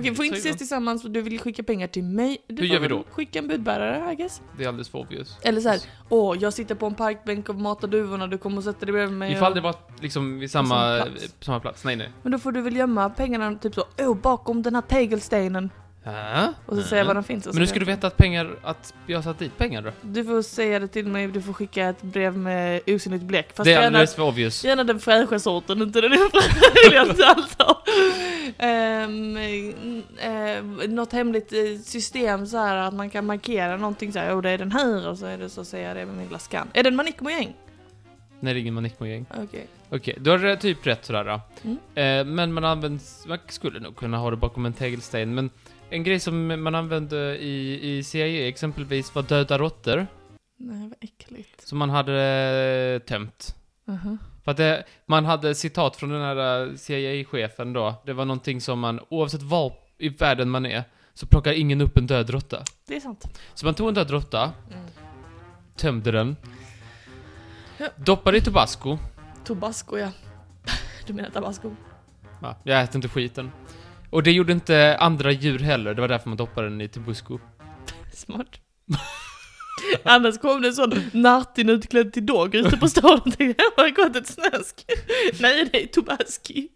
Vi får inte ses tillsammans och du vill skicka pengar till mig. Hur gör vi då? Skicka en budbärare, I guess. Det är alldeles för obvious. Eller så här, jag sitter på en parkbänk och matar duvorna, du kommer och sätter dig bredvid mig. Ifall det var liksom vid samma plats. Nej. Men då får du väl gömma pengarna typ så, bakom den här tegelstenen. Och så säger jag var den finns. Men nu ska du veta att jag har satt dit pengar då. Du får säga det till mig, du får skicka ett brev med osynligt bläck. Fast det är alldeles för obvious. Gärna den fräscha sorten, inte den vill jag inte alls ha. Något hemligt system så här att man kan markera någonting så här, det är den här och så är det så säger jag det med min lilla scan. Är det en manikmojäng? Nej, det är ingen manikmojäng. Okej, du har typ rätt sådär då. Men man skulle nog kunna ha det bakom en tegelsten, men en grej som man använde i CIA exempelvis var döda råttor. Nej, vad äckligt. Som man hade tömt. För att man hade citat från den här CIA-chefen då. Det var någonting som man, oavsett var i världen man är, så plockar ingen upp en död råtta. Det är sant. Så man tog en död råtta, tömde den, doppade i tabasco. Tabasco, ja. Du menar tabasco? Ja, jag äter inte skiten. Och det gjorde inte andra djur heller. Det var därför man doppade den i tabasco. Smart. Annars kom det en sån Martin utklädd till dog ute på stan och tänkte, jag har gått ett snösk. Nej, det är Tobaski.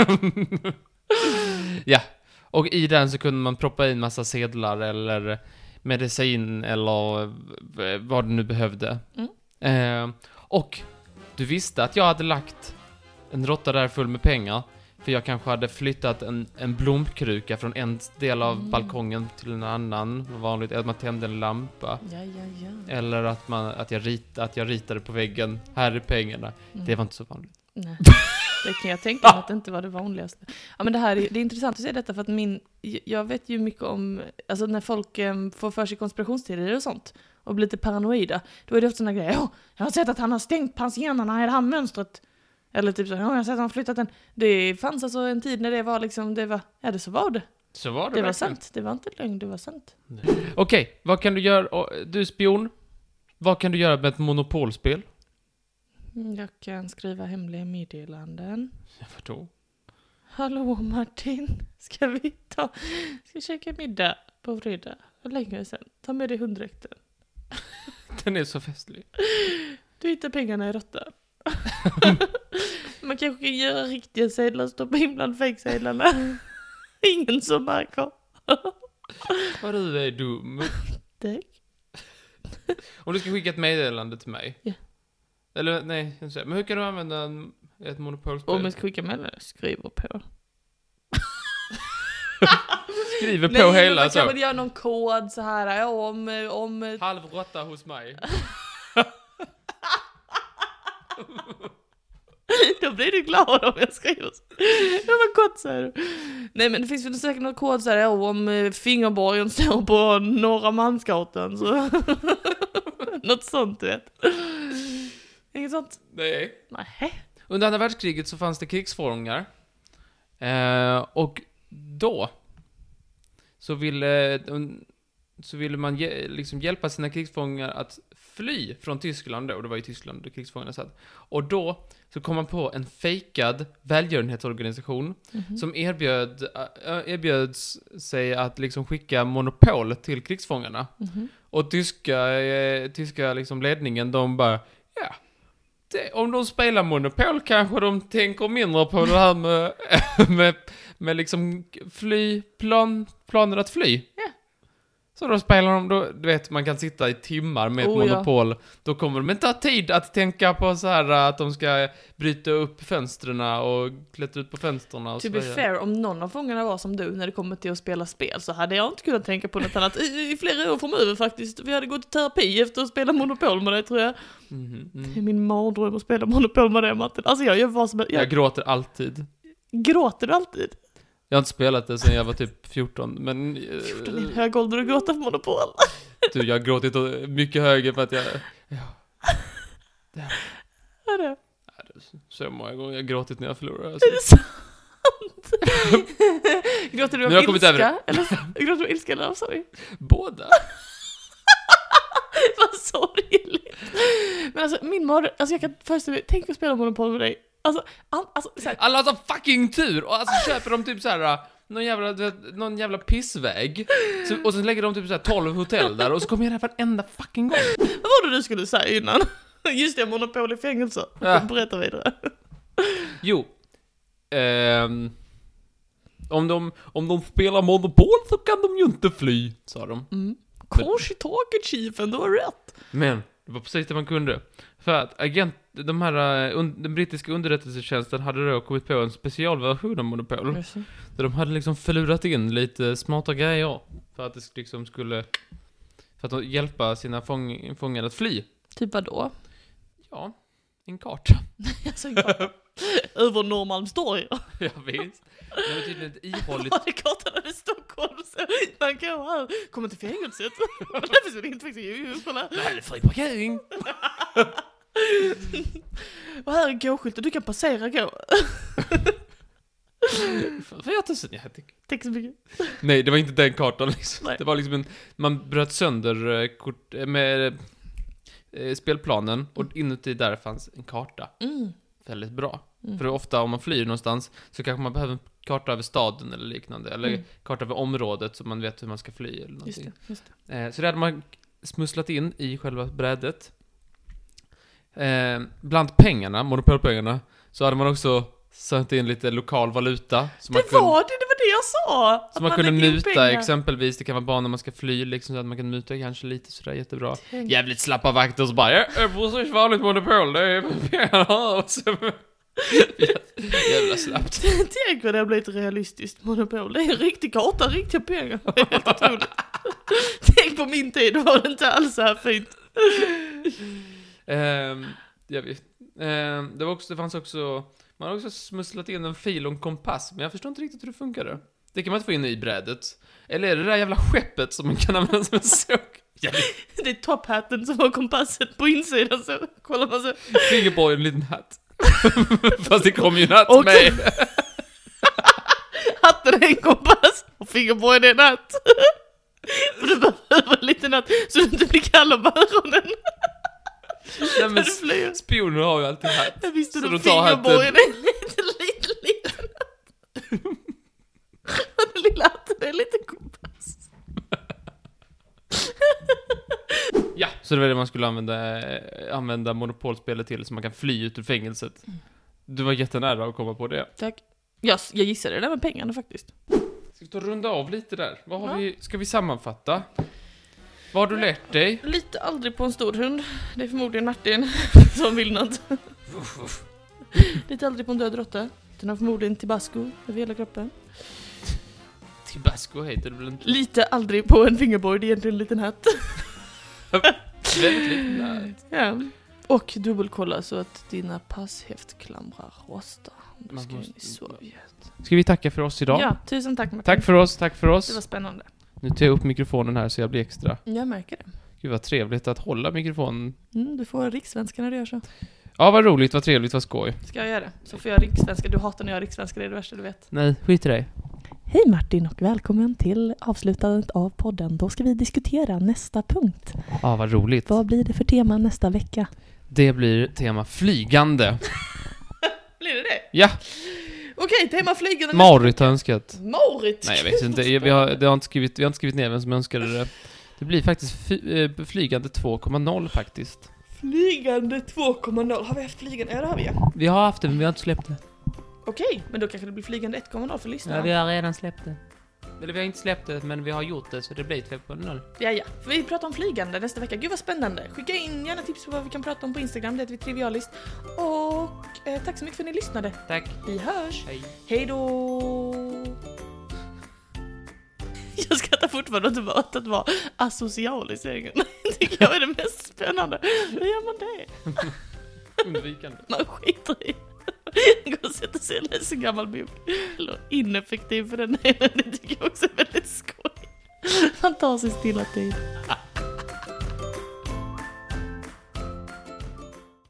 Ja, och i den så kunde man proppa in massa sedlar eller medicin eller vad du nu behövde. Och du visste att jag hade lagt en råtta där full med pengar. För jag kanske hade flyttat en blomkruka från en del av balkongen till en annan. Vanligt att man tände en lampa. Ja. Eller att jag ritade på väggen. Här är pengarna. Det var inte så vanligt. Nej. Det kan jag tänka mig att det inte var det vanligaste. Ja, men det är intressant att se detta för att jag vet ju mycket om, alltså när folk får för sig konspirationsteorier och sånt och blir lite paranoida, då är det ofta såna grejer. Jag har sett att han har stängt persiennerna i det här mönstret. Eller typ så, jag har sett att han flyttat den. Det fanns alltså en tid när det var liksom, så var det. Så var det. Det var sant, det var inte lögn, det var sant. Okej, vad kan du göra, du är spion, vad kan du göra med ett monopolspel? Jag kan skriva hemliga meddelanden. Vadå? Hallå Martin, ska vi käka middag på fredag? Längre sen, ta med dig hunddräkten. Den är så festlig. Du hittar pengarna i råttan. Man kanske kan göra riktiga sedlar, stoppa in bland fake-sedlarna. Ingen som märker. Vad du är dum. Tack. Om du ska skicka ett meddelande till mig. Ja. Eller nej, men hur kan du använda ett monopolspel? Om jag ska skicka meddelande, skriver på. Skriver på hela så. Nej, man kan göra någon kod så här. Om halv råtta hos mig. Då blir du glad om jag skriver så. Det var gott så här. Nej, men det finns väl säkert någon kod så här, om fingerborgen står på Norra Mansgatan så. Något sånt, du vet. Inget sånt? Nej. Under andra världskriget så fanns det krigsfångar. Och då så ville man liksom hjälpa sina krigsfångar att fly från Tyskland då. Det var ju Tyskland där krigsfångarna satt. Och då så kom man på en fejkad välgörenhetsorganisation som erbjöds sig att liksom skicka monopol till krigsfångarna. Och tyska liksom ledningen, de bara, om de spelar monopol kanske de tänker mindre på det här med liksom planer att fly. Så då spelar de, du vet, man kan sitta i timmar med ett monopol. Ja. Då kommer de inte ha tid att tänka på så här att de ska bryta upp fönstren och klättra ut på fönstren. To be fair, om någon av fångarna var som du när det kommer till att spela spel så hade jag inte kunnat tänka på något annat i flera år framöver faktiskt. Vi hade gått i terapi efter att spela monopol med det, tror jag. Det är min mardröm att spela monopol med det, Martin. Alltså jag gör vad som helst. Jag gråter alltid. Gråter du alltid? Jag har inte spelat det sedan jag var typ 14, men... 14 är en hög ålder att gråta för monopol. Du, jag har gråtit mycket högre för att jag... Ja. Vad är det? Så många gånger jag har gråtit när jag förlorar. Alltså. Är det sant? Gråter du av ilska? Eller gråter du av ilska eller av sorg? Båda. Vad sorgligt. Men alltså, alltså jag kan föreställa mig, tänk att spela monopol med dig. Alltså så här. Alla har så fucking tur och alltså köper de typ så här någon jävla pissväg. Och sen lägger de typ så här 12 hotell där. Och så kommer jag där varenda fucking gång. Vad var det du skulle säga innan? Just det, monopol i fängelser. Ja. Berätta vidare. Jo. Om de spelar monopol så kan de ju inte fly, sa de. Kors i taket, chiefen, du har rätt. Men det var precis det man kunde. För att den brittiska underrättelsetjänsten hade då kommit på en specialversion av monopol. Där de hade liksom förlurat in lite smarta grejer. För att det liksom skulle... För att hjälpa sina fångar att fly. Typ vadå? Ja, en karta. Alltså, över Norrmalmstorg. Ja, visst. Det var tydligen ett ihålligt... Var det kartan över Stockholm? Så man kan här, kommer till fängelset. Det finns väl inte faktiskt. Kolla. Det här är fri parkering. Och här är gåskylten, du kan passera gå. 4000, ja. Tack så mycket. Nej, det var inte den kartan liksom. Nej. Det var liksom man bröt sönder med spelplanen och inuti där fanns en karta. Väldigt bra. För ofta om man flyr någonstans så kanske man behöver en karta över staden eller liknande. Eller karta över området så man vet hur man ska fly eller någonting. Just det. Så det hade man smusslat in i själva brädet. Bland pengarna, monopolpengarna, så hade man också satt in lite lokal valuta. Så Det var det jag sa! Så man kunde muta exempelvis, det kan vara bara när man ska fly liksom, så att man kan muta kanske lite sådär jättebra. Jävligt slappa vakter så bara, precis vanligt monopol, det är pengarna. Jävla slappt. Tänk vad det har blivit realistiskt monopol. Det är en riktig karta, riktiga pengar. Det är helt otroligt. Tänk på min tid, var det inte alls så här fint. Jag vet. Det fanns också... Man har också smusslat in en fil och en kompass, men jag förstår inte riktigt hur det funkar. Det kan man inte få in i brädet. Eller är det där jävla skeppet som man kan använda som en såg? Det är topphatten som har kompassen på insidan, så kollar man så. Fingerborg en liten hatt. Fast det kom ju en hatt med. Hatten är en kompass och fingerborgen är en hatt. För du behöver en liten hatt så du inte blir kall om öronen. Nej, men spioner har ju alltid hatt. Jag visste så du fingerborgen är en liten hatt. Och den lilla hatten är en liten kompass. Ja, så det var det man skulle använda monopolspelet till, så man kan fly ut ur fängelset. Du var jättenära att komma på det. Tack. Jag gissade det där med pengarna faktiskt. Ska vi ta runda av lite där? Ska vi sammanfatta? Vad har du lärt dig? Lite aldrig på en stor hund. Det är förmodligen Martin som vill något. Lite aldrig på en död råtta. Den har förmodligen Tabasco över hela kroppen. Tabasco heter det väl inte? Lite aldrig på en fingerborg, det är egentligen en liten hatt. Väldigt liten hatt. Ja. Och dubbelkolla så att dina passhäftklamrar rostar. Du ska in i Sovjet. Ska vi tacka för oss idag? Ja, tusen tack Martin. Tack för oss. Det var spännande. Nu tar jag upp mikrofonen här så jag blir extra. Jag märker det. Gud vad trevligt att hålla mikrofonen. Du får rikssvenska när du gör så. Ja, vad roligt, vad trevligt, vad skoj. Ska jag göra det? Så får jag rikssvenska. Du hatar när jag rikssvenska, det är det värsta du vet. Nej, skit i dig. Hej Martin och välkommen till avslutandet av podden. Då ska vi diskutera nästa punkt. Ja, vad roligt. Vad blir det för tema nästa vecka? Det blir tema flygande. Blir det det? Ja. Okej, tema flygande. Marit har önskat. Marit? Nej, jag vet inte. Vi har inte skrivit ner vem som önskade det. Det blir faktiskt flygande 2.0 faktiskt. Flygande 2.0. Har vi haft flygande? Ja, det har vi. Vi har haft det, men vi har inte släppt det. Okej, men då kanske det blir flygande 1.0 för lyssnarna. Ja, vi har redan släppt det. Eller vi har inte släppt det, men vi har gjort det, så det blir 2.0. Ja. För vi pratar om flygande nästa vecka. Gud vad spännande. Skicka in gärna tips på vad vi kan prata om på Instagram. Det heter vi Trivialist. Och tack så mycket för att ni lyssnade. Tack. Vi hörs. Hej. Hej då. Jag skrattar fortfarande åt att vara asocial i sängen. Det tycker jag är det mest spännande. Hur gör man det? Undvikande. Man skiter i. Gå och sätta sig och läsa en gammal bok. Eller ineffektiv för den delen. Det tycker jag också är väldigt skoj. Man tar sig stilla tid.